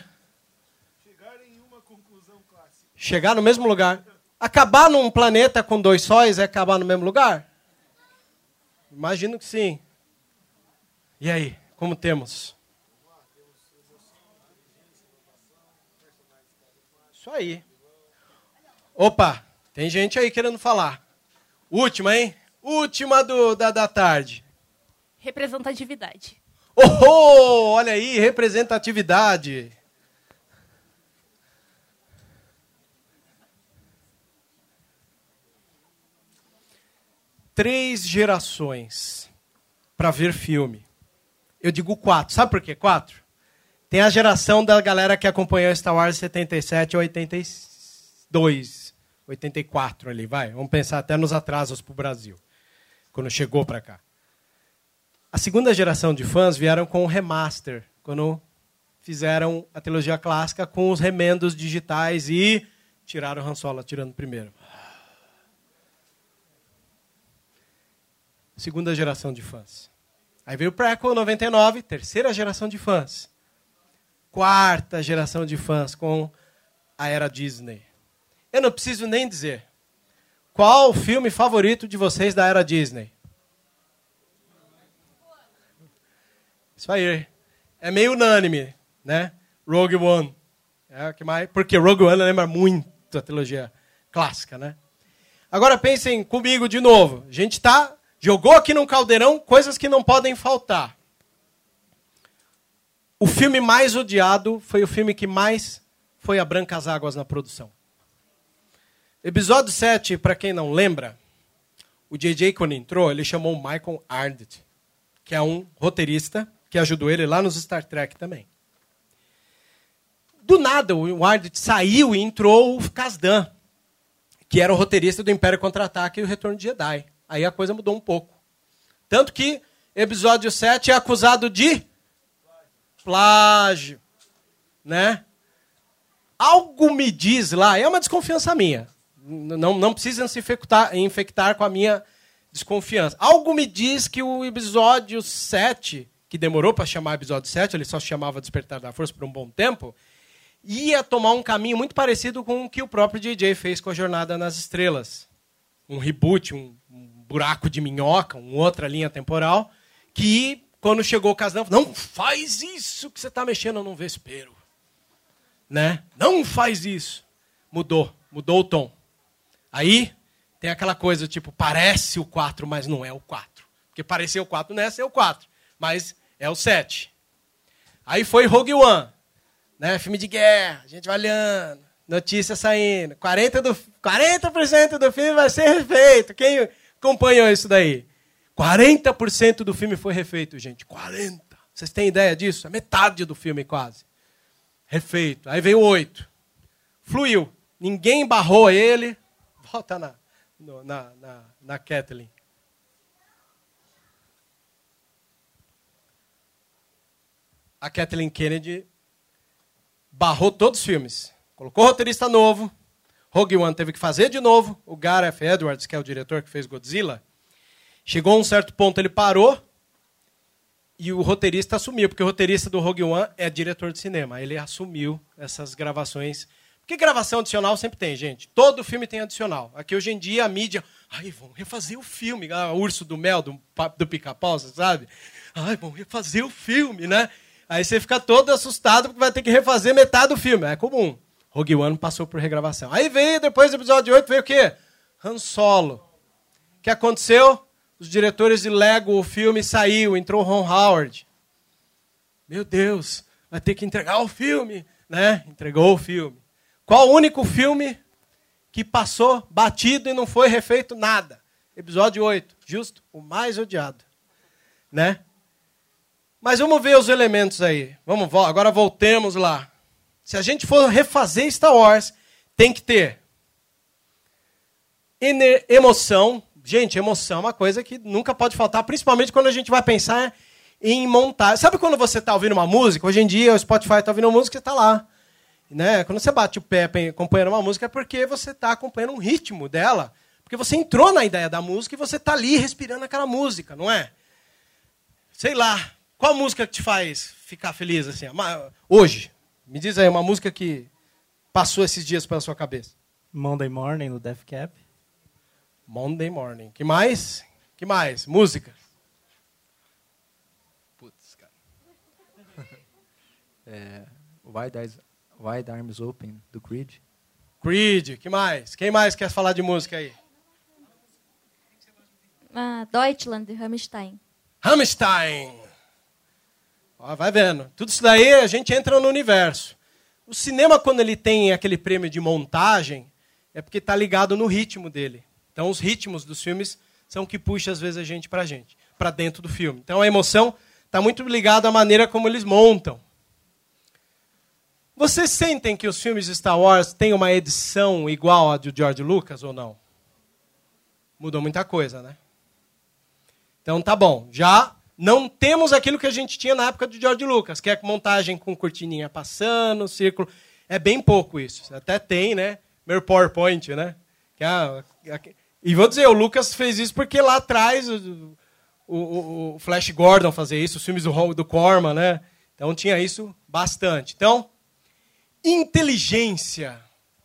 Chegar no mesmo lugar. Acabar num planeta com dois sóis é acabar no mesmo lugar? Imagino que sim. E aí, como temos? Isso aí. Opa, tem gente aí querendo falar. Última, hein? Última da tarde. Representatividade. Oh, olha aí, representatividade. Três gerações para ver filme. Eu digo 4. Sabe por que 4? Tem a geração da galera que acompanhou Star Wars 77 a 82, 84 ali, vai. Vamos pensar até nos atrasos para o Brasil, quando chegou para cá. A segunda geração de fãs vieram com o remaster, quando fizeram a trilogia clássica com os remendos digitais e tiraram o Han Solo atirando primeiro. Segunda geração de fãs. Aí veio o prequel 99, terceira geração de fãs. Quarta geração de fãs com a era Disney. Eu não preciso nem dizer. Qual o filme favorito de vocês da era Disney? Isso aí. É meio unânime, né? Rogue One. É o que mais? Porque Rogue One lembra muito a trilogia clássica, né? Agora pensem comigo de novo. A gente jogou aqui num caldeirão coisas que não podem faltar. O filme mais odiado foi o filme que mais foi a brancas águas na produção. Episódio 7, para quem não lembra, o J.J. quando entrou, ele chamou o Michael Arndt, que é um roteirista, que ajudou ele lá nos Star Trek também. Do nada, o Ardit saiu e entrou o Kasdan, que era o roteirista do Império Contra-Ataque e o Retorno de Jedi. Aí a coisa mudou um pouco. Tanto que episódio 7 é acusado de plágio. Né? Algo me diz lá, é uma desconfiança minha. Não precisam se infectar com a minha desconfiança. Algo me diz que o episódio 7, que demorou para chamar episódio 7, ele só chamava Despertar da Força por um bom tempo, ia tomar um caminho muito parecido com o que o próprio J.J. fez com a Jornada nas Estrelas. Um reboot, um buraco de minhoca, uma outra linha temporal, que, quando chegou o Kasdan, falou, não faz isso que você está mexendo num vespeiro. Né? Não faz isso. Mudou o tom. Aí, tem aquela coisa, tipo, parece o 4, mas não é o 4. Porque parecer o 4 nessa é o 4, mas é o 7. Aí foi Rogue One. Né? Filme de guerra, a gente vai olhando, notícia saindo. 40% do filme vai ser refeito. Quem acompanhou isso daí? 40% do filme foi refeito, gente. 40%. Vocês têm ideia disso? É metade do filme quase. Refeito. Aí veio 8. Fluiu. Ninguém barrou ele. Volta na Kathleen. A Kathleen Kennedy barrou todos os filmes. Colocou roteirista novo. Rogue One teve que fazer de novo. O Gareth Edwards, que é o diretor que fez Godzilla, chegou a um certo ponto, ele parou e o roteirista assumiu, porque o roteirista do Rogue One é diretor de cinema. Ele assumiu essas gravações. Porque gravação adicional sempre tem, gente. Todo filme tem adicional. Aqui hoje em dia a mídia... Ai, vão refazer o filme. Urso do Mel, do Pica-Pau, você sabe? Ai, vão refazer o filme, né? Aí você fica todo assustado porque vai ter que refazer metade do filme. É comum. Rogue One passou por regravação. Aí veio, depois do episódio 8, veio o quê? Han Solo. O que aconteceu? Os diretores de Lego, o filme saiu, entrou Ron Howard. Meu Deus, vai ter que entregar o filme. Né? Entregou o filme. Qual o único filme que passou batido e não foi refeito nada? Episódio 8. Justo? O mais odiado. Né? Mas vamos ver os elementos aí. Agora voltemos lá. Se a gente for refazer Star Wars, tem que ter emoção. Gente, emoção é uma coisa que nunca pode faltar, principalmente quando a gente vai pensar em montar. Sabe quando você está ouvindo uma música? Hoje em dia o Spotify está ouvindo uma música e está lá. Né? Quando você bate o pé acompanhando uma música é porque você está acompanhando um ritmo dela. Porque você entrou na ideia da música e você está ali respirando aquela música, não é? Sei lá. Qual música que te faz ficar feliz assim? Hoje, me diz aí uma música que passou esses dias pela sua cabeça. Monday Morning, do Death Cab. Monday Morning. Que mais? Que mais? Música. Putz, cara. Wide Arms Open, do Creed. Creed. Que mais? Quem mais quer falar de música aí? Deutschland, de Rammstein. Rammstein. Vai vendo. Tudo isso daí a gente entra no universo. O cinema, quando ele tem aquele prêmio de montagem, é porque está ligado no ritmo dele. Então, os ritmos dos filmes são o que puxa, às vezes, a gente, para dentro do filme. Então, a emoção está muito ligada à maneira como eles montam. Vocês sentem que os filmes de Star Wars têm uma edição igual à de George Lucas ou não? Mudou muita coisa, né? Então, tá bom. Já não temos aquilo que a gente tinha na época de George Lucas, que é montagem com cortininha passando, círculo. É bem pouco isso. Até tem, né? Meu PowerPoint, né? E vou dizer, o Lucas fez isso porque lá atrás o Flash Gordon fazia isso, os filmes do Corman, né? Então tinha isso bastante. Então, inteligência.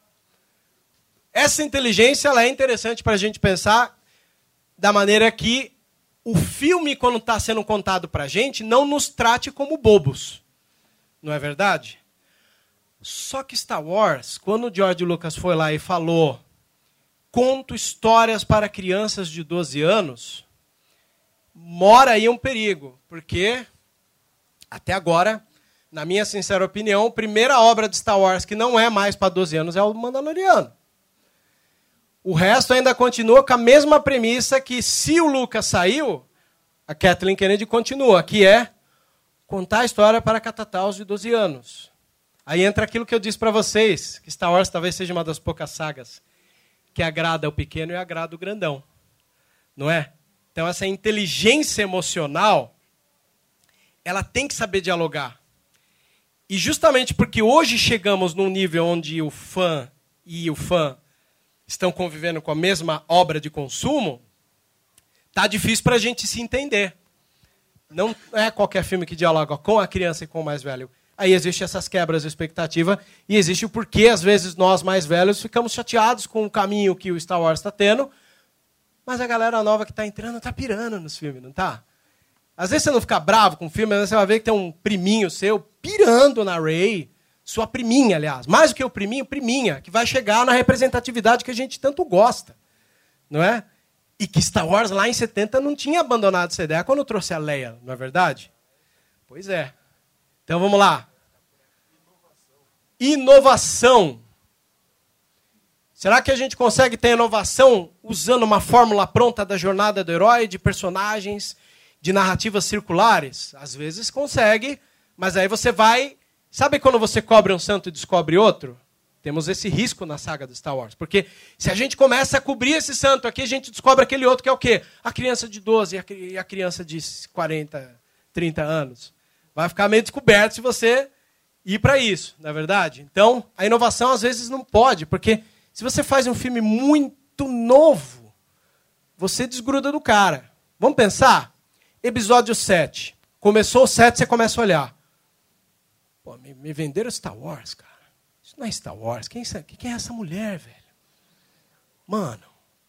Essa inteligência ela é interessante para a gente pensar da maneira que o filme, quando está sendo contado para a gente, não nos trate como bobos. Não é verdade? Só que Star Wars, quando o George Lucas foi lá e falou conto histórias para crianças de 12 anos, mora aí um perigo. Porque, até agora, na minha sincera opinião, a primeira obra de Star Wars que não é mais para 12 anos é o Mandaloriano. O resto ainda continua com a mesma premissa que, se o Lucas saiu, a Kathleen Kennedy continua, que é contar a história para catataus de 12 anos. Aí entra aquilo que eu disse para vocês, que Star Wars talvez seja uma das poucas sagas que agrada o pequeno e agrada o grandão. Não é? Então, essa inteligência emocional, ela tem que saber dialogar. E justamente porque hoje chegamos num nível onde o fã e o fã estão convivendo com a mesma obra de consumo, tá difícil para a gente se entender. Não é qualquer filme que dialoga com a criança e com o mais velho. Aí existem essas quebras de expectativa e existe o porquê, às vezes, nós mais velhos ficamos chateados com o caminho que o Star Wars está tendo, mas a galera nova que está entrando está pirando nos filmes, não está? Às vezes você não fica bravo com o filme, mas você vai ver que tem um priminho seu pirando na Rey, sua priminha, aliás. Mais do que o priminho, priminha, que vai chegar na representatividade que a gente tanto gosta. Não é? E que Star Wars lá em 70 não tinha abandonado essa ideia quando trouxe a Leia, não é verdade? Pois é. Então vamos lá. Inovação. Será que a gente consegue ter inovação usando uma fórmula pronta da jornada do herói, de personagens, de narrativas circulares? Às vezes consegue, mas aí você vai... Sabe quando você cobre um santo e descobre outro? Temos esse risco na saga do Star Wars. Porque se a gente começa a cobrir esse santo aqui, a gente descobre aquele outro que é o quê? A criança de 12 e a criança de 40, 30 anos. Vai ficar meio descoberto se você ir para isso, não é verdade? Então, a inovação às vezes não pode, porque se você faz um filme muito novo, você desgruda do cara. Vamos pensar? Episódio 7. Começou o 7, você começa a olhar. Pô, me venderam Star Wars, cara. Isso não é Star Wars. Quem é essa mulher, velho? Mano,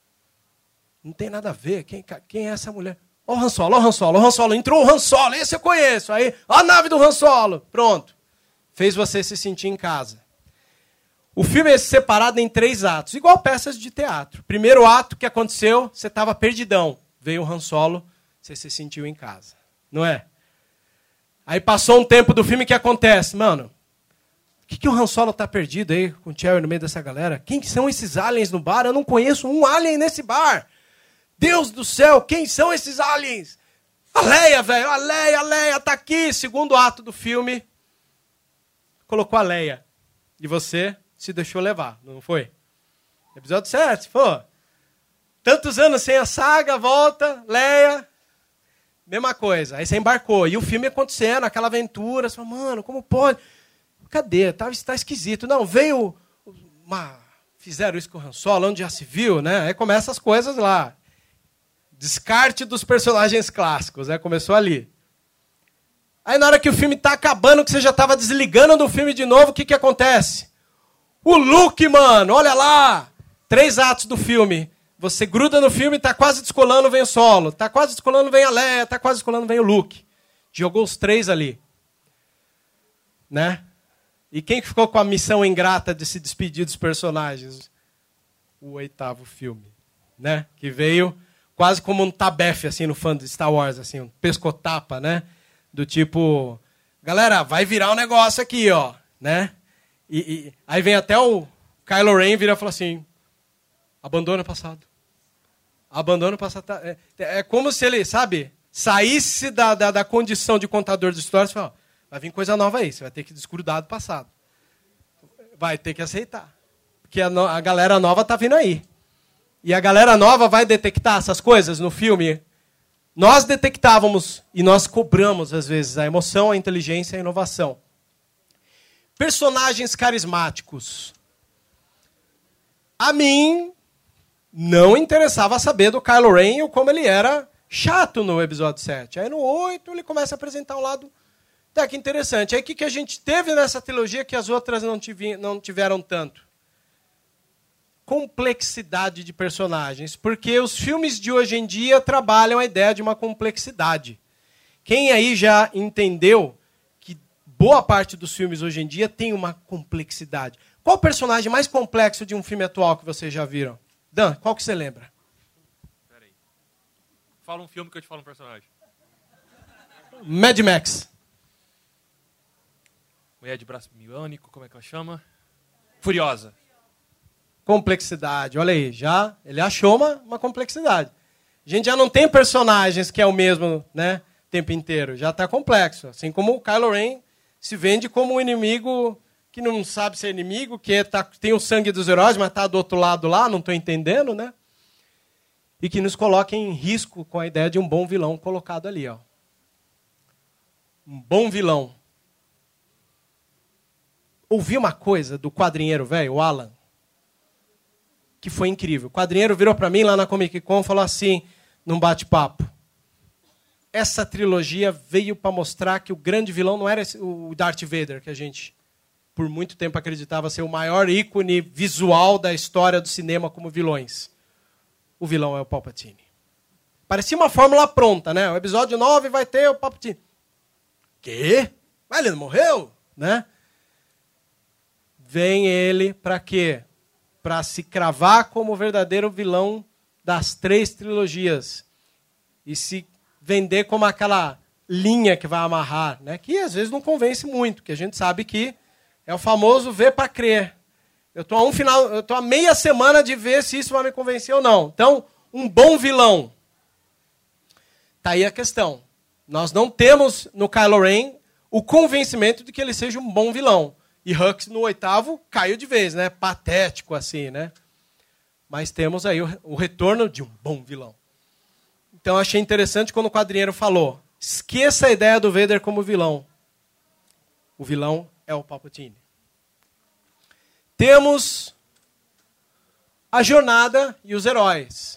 não tem nada a ver. Quem é essa mulher? Ó o Han Solo, ó o Han Solo, ó o Han Solo. Entrou o Han Solo, esse eu conheço. Aí, ó a nave do Han Solo. Pronto. Fez você se sentir em casa. O filme é separado em 3 atos, igual peças de teatro. Primeiro ato, que aconteceu? Você estava perdidão. Veio o Han Solo, você se sentiu em casa. Não é? Aí passou um tempo do filme, que acontece? Mano, por que o Han Solo está perdido aí com o Chewie no meio dessa galera? Quem são esses aliens no bar? Eu não conheço um alien nesse bar. Deus do céu, quem são esses aliens? A Leia, velho, a Leia tá aqui. Segundo ato do filme, colocou a Leia. E você se deixou levar, não foi? Episódio 7, pô. Tantos anos sem a saga, volta, Leia, mesma coisa. Aí você embarcou. E o filme acontecendo, aquela aventura. Você fala, mano, como pode? Cadê? Tá esquisito. Não, veio... Fizeram isso com o Han Solo, onde já se viu, né? Aí começa as coisas lá. Descarte dos personagens clássicos, né? Começou ali. Aí na hora que o filme tá acabando, que você já estava desligando do filme de novo, o que acontece? O Luke, mano, olha lá! 3 atos do filme. Você gruda no filme, tá quase descolando, vem o Solo. Tá quase descolando, vem a Leia. Tá quase descolando, vem o Luke. Jogou os 3 ali. Né? E quem ficou com a missão ingrata de se despedir dos personagens? O 8º filme. Né? Que veio quase como um tabefe, assim, no fã de Star Wars, assim, um pescotapa, né? Do tipo, galera, vai virar um negócio aqui, ó. Né? E aí vem até o Kylo Ren vira e fala assim, abandona o passado. Abandona o passado. É como se ele, sabe, saísse da condição de contador de histórias e fala, vai vir coisa nova aí, você vai ter que desgrudar do passado. Vai ter que aceitar. Porque a galera nova tá vindo aí. E a galera nova vai detectar essas coisas no filme. Nós detectávamos e nós cobramos, às vezes, a emoção, a inteligência e a inovação. Personagens carismáticos. A mim não interessava saber do Kylo Ren ou como ele era chato no episódio 7. Aí no 8 ele começa a apresentar um lado até que interessante. Aí o que a gente teve nessa trilogia que as outras não tiveram tanto? Complexidade de personagens. Porque os filmes de hoje em dia trabalham a ideia de uma complexidade. Quem aí já entendeu que boa parte dos filmes hoje em dia tem uma complexidade? Qual o personagem mais complexo de um filme atual que vocês já viram? Dan, qual que você lembra? Peraí. Fala um filme que eu te falo um personagem. Mad Max. Mulher de braço biônico, como é que ela chama? Furiosa. Complexidade, olha aí, ele achou uma complexidade. A gente já não tem personagens que é o mesmo, né? tempo inteiro. Já está complexo. Assim como o Kylo Ren se vende como um inimigo que não sabe ser inimigo, que tem o sangue dos heróis, mas está do outro lado lá, não estou entendendo, né? E que nos coloca em risco com a ideia de um bom vilão colocado ali. Ó. Um bom vilão. Ouvi uma coisa do quadrinheiro velho, o Alan, que foi incrível. O quadrinheiro virou para mim lá na Comic Con e falou assim, num bate-papo: essa trilogia veio para mostrar que o grande vilão não era o Darth Vader, que a gente, por muito tempo, acreditava ser o maior ícone visual da história do cinema como vilões. O vilão é o Palpatine. Parecia uma fórmula pronta, né? O episódio 9 vai ter o Palpatine. Quê? Mas ele não morreu? Né? Vem ele para quê? Para se cravar como o verdadeiro vilão das 3 trilogias. E se vender como aquela linha que vai amarrar, né? Que às vezes não convence muito, que a gente sabe que é o famoso ver para crer. Eu estou a meia semana de ver se isso vai me convencer ou não. Então, um bom vilão. Está aí a questão. Nós não temos no Kylo Ren o convencimento de que ele seja um bom vilão. E Hux, no 8º, caiu de vez, né? Patético assim, né? Mas temos aí o retorno de um bom vilão. Então, achei interessante quando o quadrinheiro falou: esqueça a ideia do Vader como vilão. O vilão é o Palpatine. Temos a jornada e os heróis.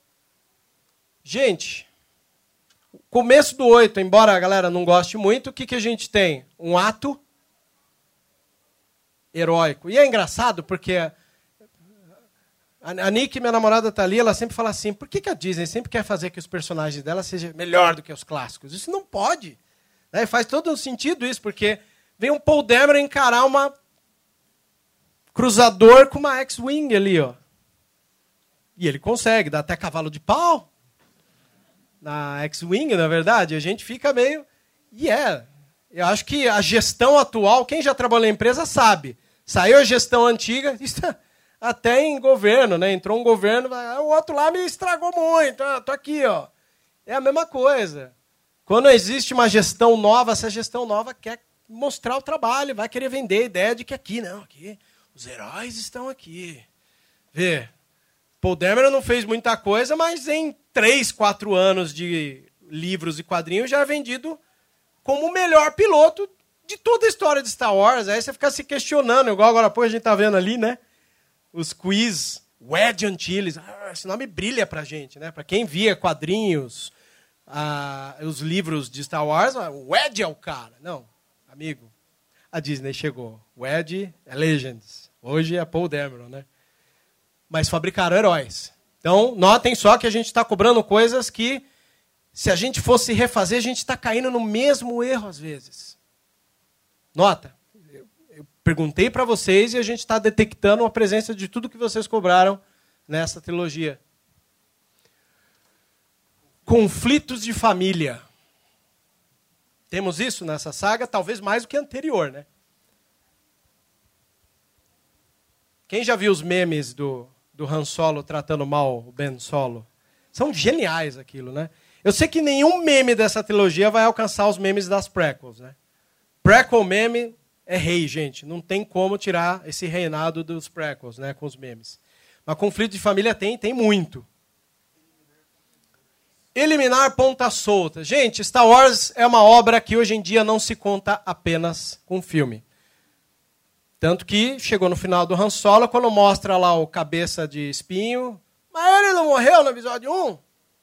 Gente, o começo do 8, embora a galera não goste muito, o que a gente tem? Um ato heróico. E é engraçado porque a Nick, minha namorada, está ali, ela sempre fala assim: por que a Disney sempre quer fazer que os personagens dela sejam melhor do que os clássicos? Isso não pode. Né? Faz todo sentido isso, porque vem um Paul Dameron encarar uma cruzador com uma X-Wing ali, ó. E ele consegue, dá até cavalo de pau na X-Wing, na verdade. A gente fica meio... eu acho que a gestão atual, quem já trabalhou na empresa sabe. Saiu a gestão antiga, isso até em governo, né? Entrou um governo, o outro lá me estragou muito, tô aqui, ó. É a mesma coisa. Quando existe uma gestão nova, essa gestão nova quer mostrar o trabalho, vai querer vender a ideia de que aqui os heróis estão aqui. Vê, Paul Dameron não fez muita coisa, mas em 3, 4 anos de livros e quadrinhos já é vendido como o melhor piloto de toda a história de Star Wars. Aí você fica se questionando, igual agora há pouco a gente está vendo ali, né? Os quiz, Wedge Antilles. Esse nome brilha pra gente, né? Para quem via quadrinhos, os livros de Star Wars, o Wedge é o cara. Não, amigo, a Disney chegou. Wedge é Legends. Hoje é Paul Dameron, né? Mas fabricaram heróis. Então, notem só que a gente está cobrando coisas que, se a gente fosse refazer, a gente está caindo no mesmo erro às vezes. Nota, eu perguntei para vocês e a gente está detectando a presença de tudo que vocês cobraram nessa trilogia. Conflitos de família. Temos isso nessa saga, talvez mais do que a anterior, né? Quem já viu os memes do Han Solo tratando mal o Ben Solo? São geniais aquilo, né? Eu sei que nenhum meme dessa trilogia vai alcançar os memes das prequels, né? Prequel meme é rei, gente. Não tem como tirar esse reinado dos prequels, né, com os memes. Mas conflito de família tem muito. Eliminar ponta solta. Gente, Star Wars é uma obra que hoje em dia não se conta apenas com filme. Tanto que chegou no final do Han Solo, quando mostra lá o cabeça de espinho. Mas ele não morreu no episódio 1?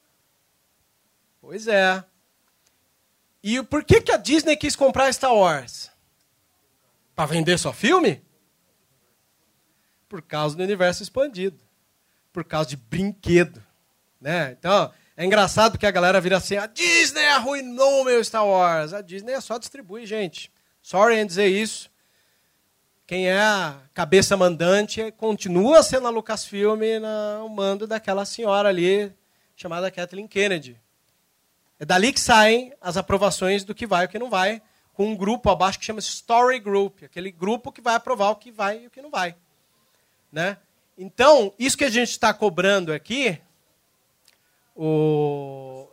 Pois é. E por que a Disney quis comprar Star Wars? Para vender só filme? Por causa do universo expandido. Por causa de brinquedo. Né? Então, é engraçado porque a galera vira assim: a Disney arruinou o meu Star Wars. A Disney é só distribuir, gente. Sorry em dizer isso. Quem é a cabeça mandante continua sendo a Lucasfilm no mando daquela senhora ali, chamada Kathleen Kennedy. É dali que saem as aprovações do que vai e o que não vai, com um grupo abaixo que chama Story Group, aquele grupo que vai aprovar o que vai e o que não vai. Né? Então, isso que a gente está cobrando aqui,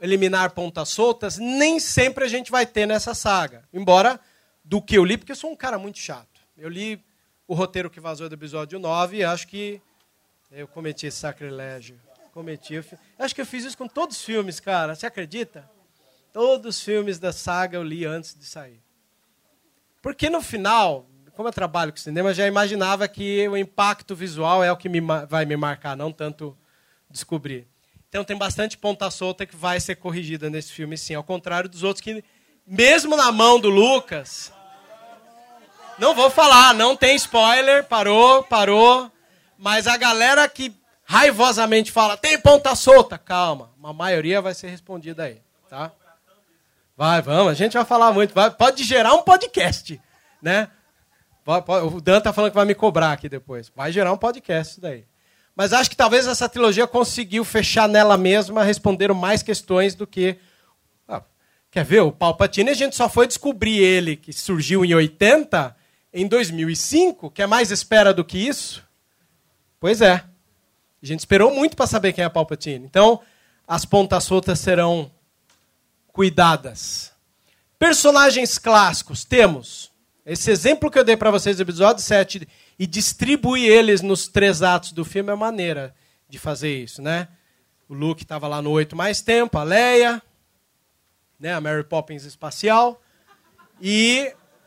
eliminar pontas soltas, nem sempre a gente vai ter nessa saga. Embora, do que eu li, porque eu sou um cara muito chato. Eu li o roteiro que vazou do episódio 9 e acho que eu cometi esse sacrilégio. Acho que eu fiz isso com todos os filmes, cara. Você acredita? Todos os filmes da saga eu li antes de sair. Porque no final, como eu trabalho com cinema, eu já imaginava que o impacto visual é o que vai me marcar, não tanto descobrir. Então tem bastante ponta solta que vai ser corrigida nesse filme, sim. Ao contrário dos outros que, mesmo na mão do Lucas... Não vou falar, não tem spoiler, parou. Mas a galera que raivosamente fala, tem ponta solta, calma. Uma maioria vai ser respondida aí, tá? Vamos, a gente vai falar muito. Pode gerar um podcast, né? O Dan tá falando que vai me cobrar aqui depois. Vai gerar um podcast isso daí. Mas acho que talvez essa trilogia conseguiu fechar nela mesma, responderam mais questões do que... Quer ver? O Palpatine, a gente só foi descobrir ele, que surgiu em 80, em 2005. Quer mais espera do que isso? Pois é. A gente esperou muito para saber quem é Palpatine. Então, as pontas soltas serão cuidadas. Personagens clássicos, temos. Esse exemplo que eu dei para vocês do episódio 7 e distribuir eles nos 3 atos do filme é maneira de fazer isso, né? O Luke estava lá no 8 mais tempo, a Leia, né, a Mary Poppins espacial. E...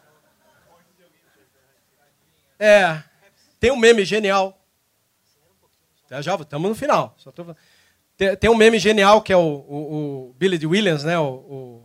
tem um meme genial. Já estamos no final. Tem um meme genial que é o Billy Dee Williams, né, o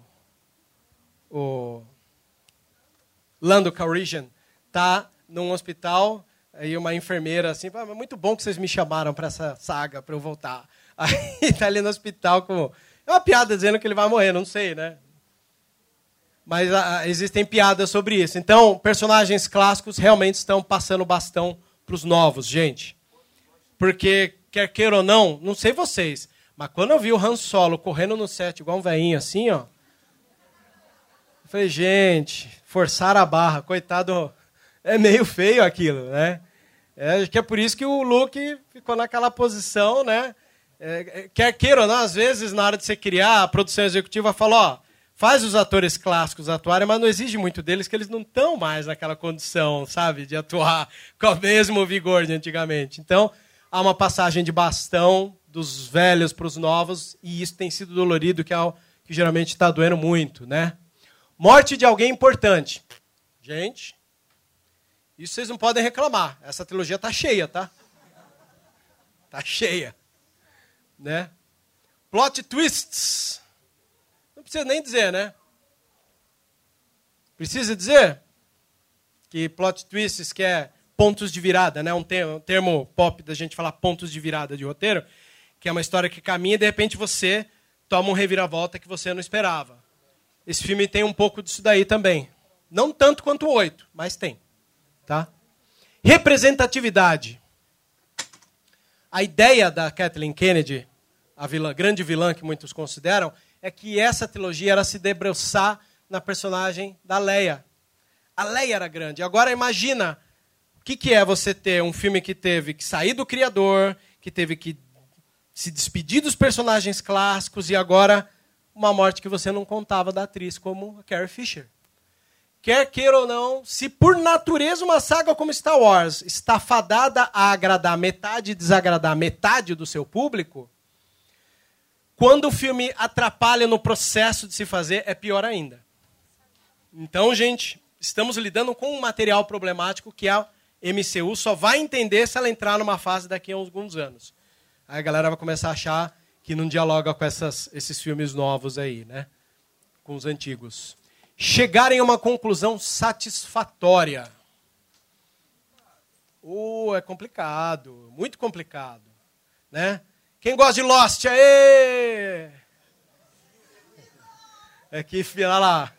Lando Calrissian, tá num hospital e uma enfermeira assim, muito bom que vocês me chamaram para essa saga, para eu voltar. Aí tá ali no hospital com... É uma piada dizendo que ele vai morrer, não sei, né? Mas existem piadas sobre isso. Então, personagens clássicos realmente estão passando o bastão para os novos, gente. Porque, quer queira ou não, não sei vocês, mas quando eu vi o Han Solo correndo no set igual um velhinho assim, ó, eu falei, gente, forçar a barra, coitado, é meio feio aquilo, né? Acho que é por isso que o Luke ficou naquela posição, né? Quer queira ou não, às vezes, na hora de você criar, a produção executiva fala, ó, faz os atores clássicos atuarem, mas não exige muito deles, que eles não estão mais naquela condição, sabe, de atuar com o mesmo vigor de antigamente. Então, há uma passagem de bastão dos velhos para os novos, e isso tem sido dolorido, que é algo que geralmente está doendo muito, né? Morte de alguém importante. Gente, isso vocês não podem reclamar. Essa trilogia está cheia, tá? Está cheia. Né? Plot twists. Não precisa nem dizer, né? Precisa dizer que plot twists que é pontos de virada, né? Um termo pop da gente falar pontos de virada de roteiro, que é uma história que caminha e de repente você toma um reviravolta que você não esperava. Esse filme tem um pouco disso daí também. Não tanto quanto o 8, mas tem. Tá? Representatividade. A ideia da Kathleen Kennedy, a grande vilã que muitos consideram, é que essa trilogia era se debruçar na personagem da Leia. A Leia era grande. Agora imagina o que é você ter um filme que teve que sair do criador, que teve que se despedir dos personagens clássicos e agora uma morte que você não contava da atriz, como a Carrie Fisher. Quer queira ou não, se por natureza uma saga como Star Wars está fadada a agradar metade e desagradar metade do seu público, quando o filme atrapalha no processo de se fazer, é pior ainda. Então, gente, estamos lidando com um material problemático que a MCU só vai entender se ela entrar numa fase daqui a alguns anos. Aí a galera vai começar a achar que não dialoga com esses filmes novos aí, né? Com os antigos. Chegarem a uma conclusão satisfatória. É complicado, muito complicado, né? Quem gosta de Lost, aê! Aqui, olha lá.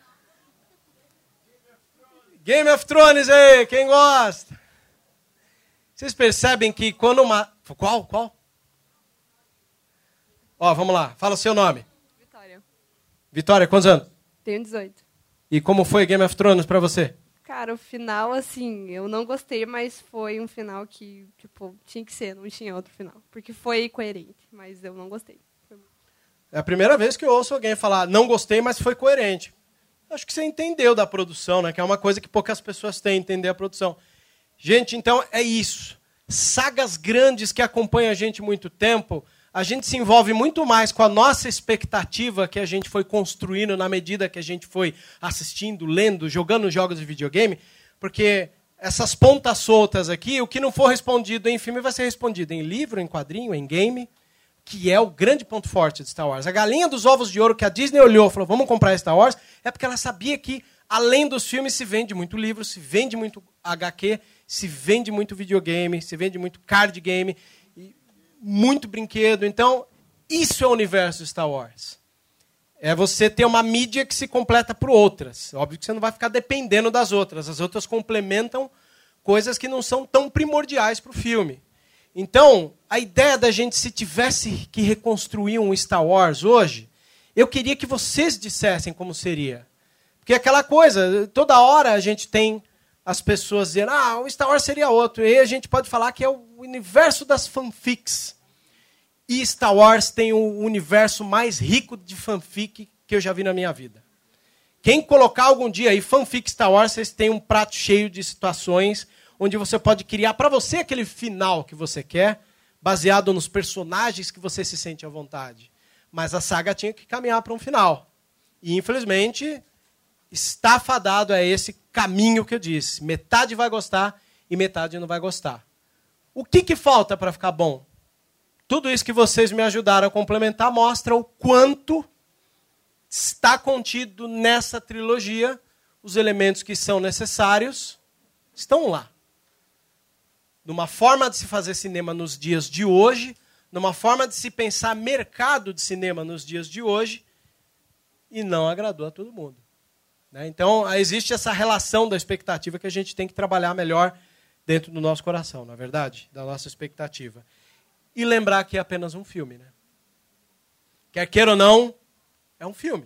Game of Thrones, aí, quem gosta? Vocês percebem que quando uma... Qual? Ó, vamos lá, fala o seu nome. Vitória. Vitória, quantos anos? Tenho 18. E como foi Game of Thrones pra você? Cara, o final, assim, eu não gostei, mas foi um final que, tipo, tinha que ser, não tinha outro final. Porque foi coerente, mas eu não gostei. É a primeira vez que eu ouço alguém falar, não gostei, mas foi coerente. Acho que você entendeu da produção, né? Que é uma coisa que poucas pessoas têm, entender a produção. Gente, então é isso. Sagas grandes que acompanham a gente há muito tempo, a gente se envolve muito mais com a nossa expectativa que a gente foi construindo na medida que a gente foi assistindo, lendo, jogando jogos de videogame, porque essas pontas soltas aqui, o que não for respondido em filme vai ser respondido em livro, em quadrinho, em game, que é o grande ponto forte de Star Wars. A galinha dos ovos de ouro que a Disney olhou e falou, vamos comprar Star Wars, é porque ela sabia que, além dos filmes, se vende muito livro, se vende muito HQ, se vende muito videogame, se vende muito card game, muito brinquedo. Então, isso é o universo Star Wars. É você ter uma mídia que se completa por outras. Óbvio que você não vai ficar dependendo das outras. As outras complementam coisas que não são tão primordiais para o filme. Então, a ideia da gente, se tivesse que reconstruir um Star Wars hoje, eu queria que vocês dissessem como seria. Porque aquela coisa, toda hora a gente tem as pessoas dizendo, o Star Wars seria outro. E aí a gente pode falar que é o universo das fanfics. E Star Wars tem o universo mais rico de fanfic que eu já vi na minha vida. Quem colocar algum dia aí fanfic Star Wars, vocês têm um prato cheio de situações onde você pode criar para você aquele final que você quer, baseado nos personagens que você se sente à vontade. Mas a saga tinha que caminhar para um final. E, infelizmente, está fadado a esse caminho que eu disse. Metade vai gostar e metade não vai gostar. O que falta para ficar bom? Tudo isso que vocês me ajudaram a complementar mostra o quanto está contido nessa trilogia. Os elementos que são necessários estão lá. Numa forma de se fazer cinema nos dias de hoje, numa forma de se pensar mercado de cinema nos dias de hoje, e não agradou a todo mundo. Então, existe essa relação da expectativa que a gente tem que trabalhar melhor dentro do nosso coração, não é verdade? Da nossa expectativa. E lembrar que é apenas um filme. Né? Quer queira ou não, é um filme.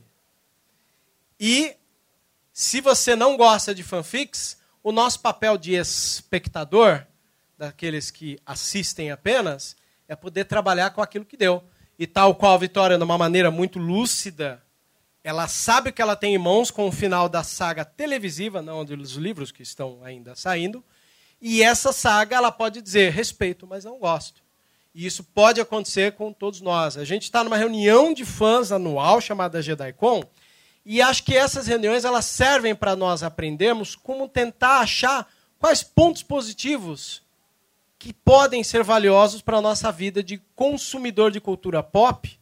E, se você não gosta de fanfics, o nosso papel de espectador, daqueles que assistem apenas, é poder trabalhar com aquilo que deu. E tal qual a Vitória, de uma maneira muito lúcida, ela sabe o que ela tem em mãos com o final da saga televisiva, não dos livros que estão ainda saindo, e essa saga ela pode dizer, respeito, mas não gosto. E isso pode acontecer com todos nós. A gente está numa reunião de fãs anual, chamada JediCon, e acho que essas reuniões elas servem para nós aprendermos como tentar achar quais pontos positivos que podem ser valiosos para a nossa vida de consumidor de cultura pop,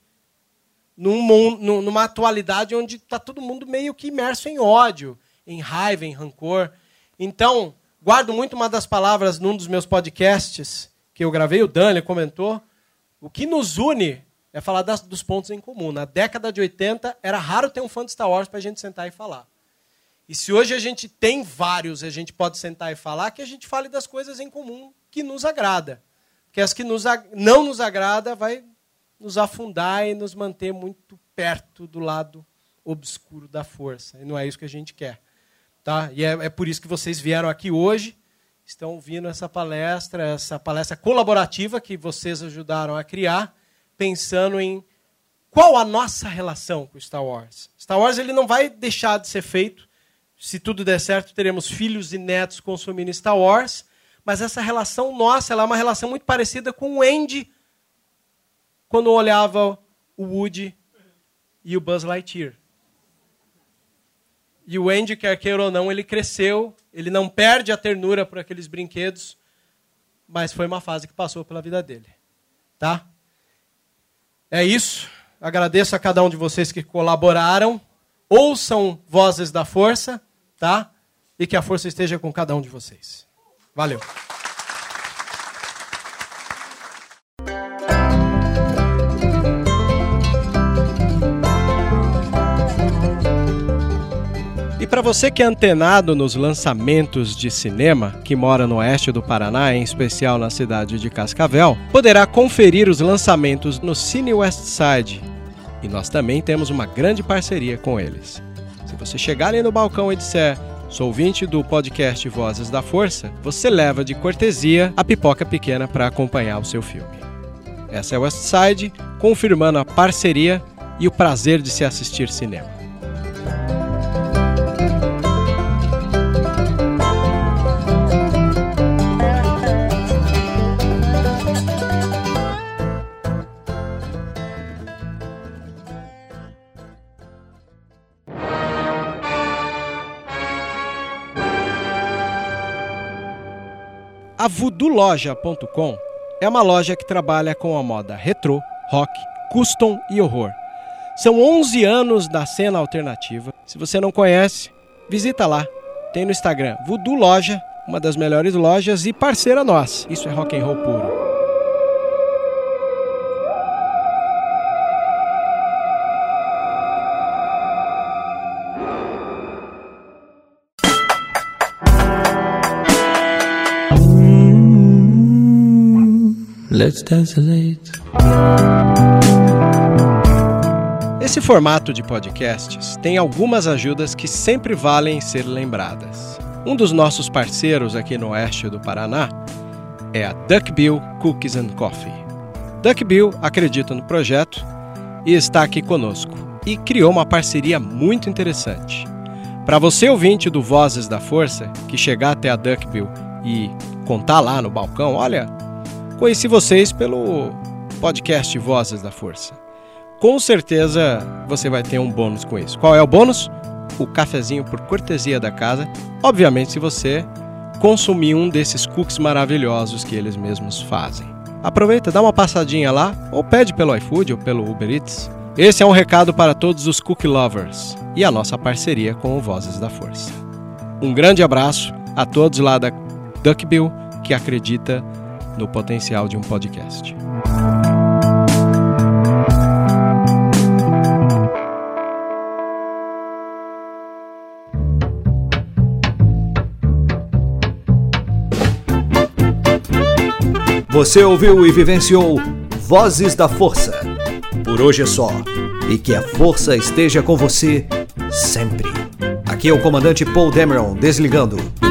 numa atualidade onde está todo mundo meio que imerso em ódio, em raiva, em rancor. Então, guardo muito uma das palavras num dos meus podcasts que eu gravei, o Dani comentou, o que nos une é falar dos pontos em comum. Na década de 80, era raro ter um fã de Star Wars para a gente sentar e falar. E se hoje a gente tem vários, a gente pode sentar e falar, que a gente fale das coisas em comum que nos agrada. Porque as que não nos agrada vai nos afundar e nos manter muito perto do lado obscuro da força. E não é isso que a gente quer. Tá? E é por isso que vocês vieram aqui hoje, estão ouvindo essa palestra colaborativa que vocês ajudaram a criar, pensando em qual a nossa relação com Star Wars. Star Wars ele não vai deixar de ser feito. Se tudo der certo, teremos filhos e netos consumindo Star Wars, mas essa relação nossa ela é uma relação muito parecida com o Andy, quando olhava o Woody e o Buzz Lightyear. E o Andy, quer queira ou não, ele cresceu, ele não perde a ternura por aqueles brinquedos, mas foi uma fase que passou pela vida dele. Tá? É isso. Agradeço a cada um de vocês que colaboraram. Ouçam Vozes da Força, tá? E que a força esteja com cada um de vocês. Valeu. E para você que é antenado nos lançamentos de cinema, que mora no oeste do Paraná, em especial na cidade de Cascavel, poderá conferir os lançamentos no Cine Westside. E nós também temos uma grande parceria com eles. Se você chegar ali no balcão e disser, sou ouvinte do podcast Vozes da Força, você leva de cortesia a pipoca pequena para acompanhar o seu filme. Essa é o Westside, confirmando a parceria e o prazer de se assistir cinema. A VoodooLoja.com é uma loja que trabalha com a moda retrô, rock, custom e horror. São 11 anos da cena alternativa. Se você não conhece, visita lá. Tem no Instagram Voodoo Loja, uma das melhores lojas e parceira nossa. Isso é rock and roll puro. Let's dance late. Esse formato de podcasts tem algumas ajudas que sempre valem ser lembradas. Um dos nossos parceiros aqui no oeste do Paraná é a Duckbill Cookies and Coffee. Duckbill acredita no projeto e está aqui conosco e criou uma parceria muito interessante. Para você ouvinte do Vozes da Força, que chegar até a Duckbill e contar lá no balcão, olha, conheci vocês pelo podcast Vozes da Força. Com certeza você vai ter um bônus com isso. Qual é o bônus? O cafezinho por cortesia da casa. Obviamente, se você consumir um desses cookies maravilhosos que eles mesmos fazem. Aproveita, dá uma passadinha lá, ou pede pelo iFood ou pelo Uber Eats. Esse é um recado para todos os cookie lovers e a nossa parceria com o Vozes da Força. Um grande abraço a todos lá da Duckbill que acredita no potencial de um podcast. Você ouviu e vivenciou Vozes da Força. Por hoje é só. E que a força esteja com você sempre. Aqui é o comandante Paul Dameron desligando.